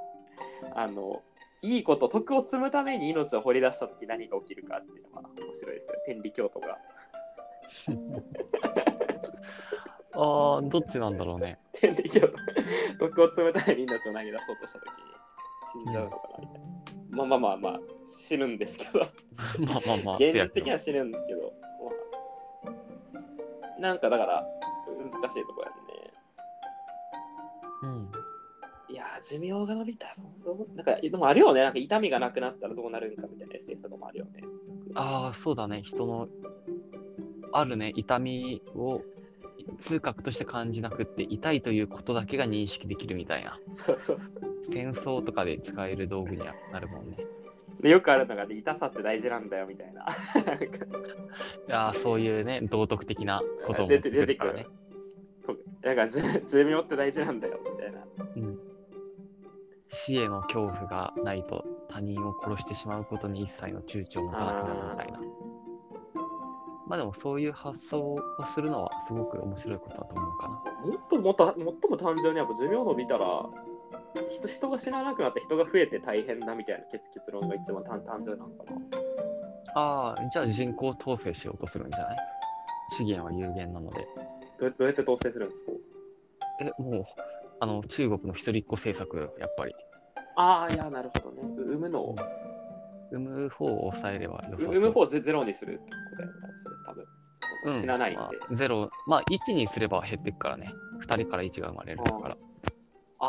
いいこと、徳を積むために命を掘り出したとき何が起きるかっていうのは面白いですよ、天理教徒がどっちなんだろうね。 天理教徒徳を積むために命を投げ出そうとしたときに死んじゃうのかなみたいな。死ぬんですけど現実的には死ぬんですけど、なんかだから難しいところやね。いや寿命が伸びたらなんかでもあるよね、なんか痛みがなくなったらどうなるんかみたいな SF とかもあるよね。 そうだね、人のあるね、痛みを痛覚として感じなくって痛いということだけが認識できるみたいな。戦争とかで使える道具にはなるもんね。 でよくあるのが、痛さって大事なんだよみたいな。 いやー、そういうね、道徳的なことを持ってくるからね。 なんか寿命って大事なんだよみたいな。 うん。死への恐怖がないと他人を殺してしまうことに一切の躊躇を持たなくなるみたいな。まあでもそういう発想をするのはすごく面白いことだと思うかな。 もっと単純にやっぱ寿命伸びたら人が死ななくなって人が増えて大変だみたいな結論が一番単純なのかな。 ああ、じゃあ人口統制しようとするんじゃない？資源は有限なので。 どうやって統制するんですか？ もう中国の一人っ子政策、やっぱり。 ああ、いや、なるほどね。 産む方を抑えればよさそう。 産む方をゼロにすることやったら、それ多分。死なないんで。 ゼロ、1にすれば減っていくからね。2人から1が生まれるから。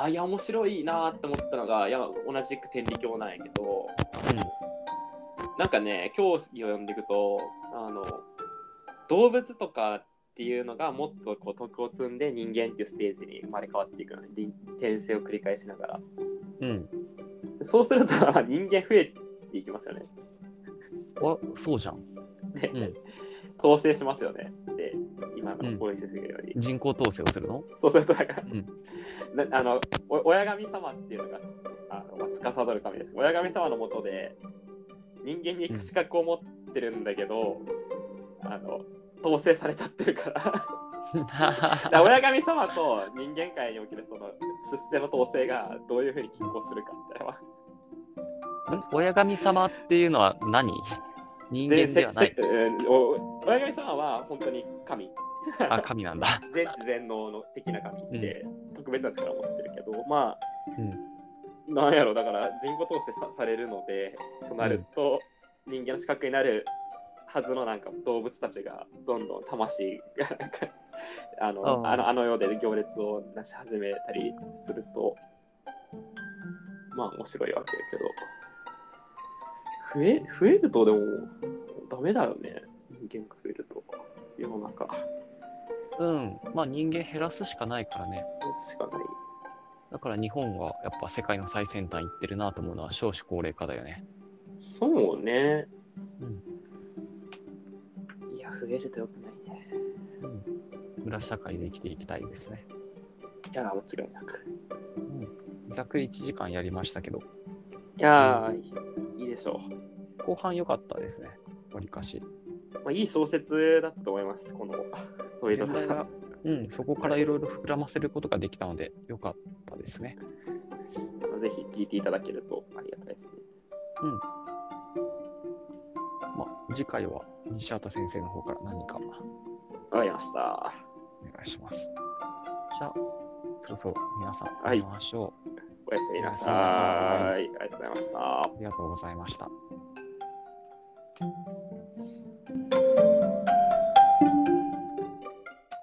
いや、面白いなって思ったのが、いや、同じく天理教なんやけど、なんかね、教義を読んでいくと、動物とかっていうのがもっとこう徳を積んで人間っていうステージに生まれ変わっていくのね。転生を繰り返しながら。そうすると人間増えていきますよね。 そうじゃん。 で、統制しますよね。で、今の法律説明より。 人口統制をするの？ そうするとだから、親神様っていうのが司る神です。親神様の下で人間に行く資格を持ってるんだけど、統制されちゃってるから親神様と人間界におけるその出世の統制がどういうふうに均衡するかみたいな。 親神様っていうのは何？人間ではない。 親神様は本当に神。 神なんだ。 全知全能の的な神で、特別な力を持ってるけど、なんやろ、だから人口統制されるので、となると、人間の資格になるはずのなんか動物たちがどんどん魂があの世で行列をなし始めたりすると、面白いわけやけど、増えるとでもダメだよね。人間が増えると世の中。 人間減らすしかないからね。 しかない。 だから日本がやっぱ世界の最先端行ってるなと思うのは少子高齢化だよね。 そうね。いや、増えるとよくないね。 裏社会で生きていきたいですね。 いや、間違いなく。 ざっくり1時間やりましたけど。 いや、いいでしょう。後半良かったですね。わりかし。 いい小説だったと思います。このトイレのさ。 そこからいろいろ膨らませることができたので良かったですね。 ぜひ聞いていただけるとありがたいですね。 次回は西畑先生の方から何か。 わかりました。 お願いします。じゃあ、そろそろ皆さん会いましょう。 おやすみなさい。ありがとうございました。 ありがとうございました。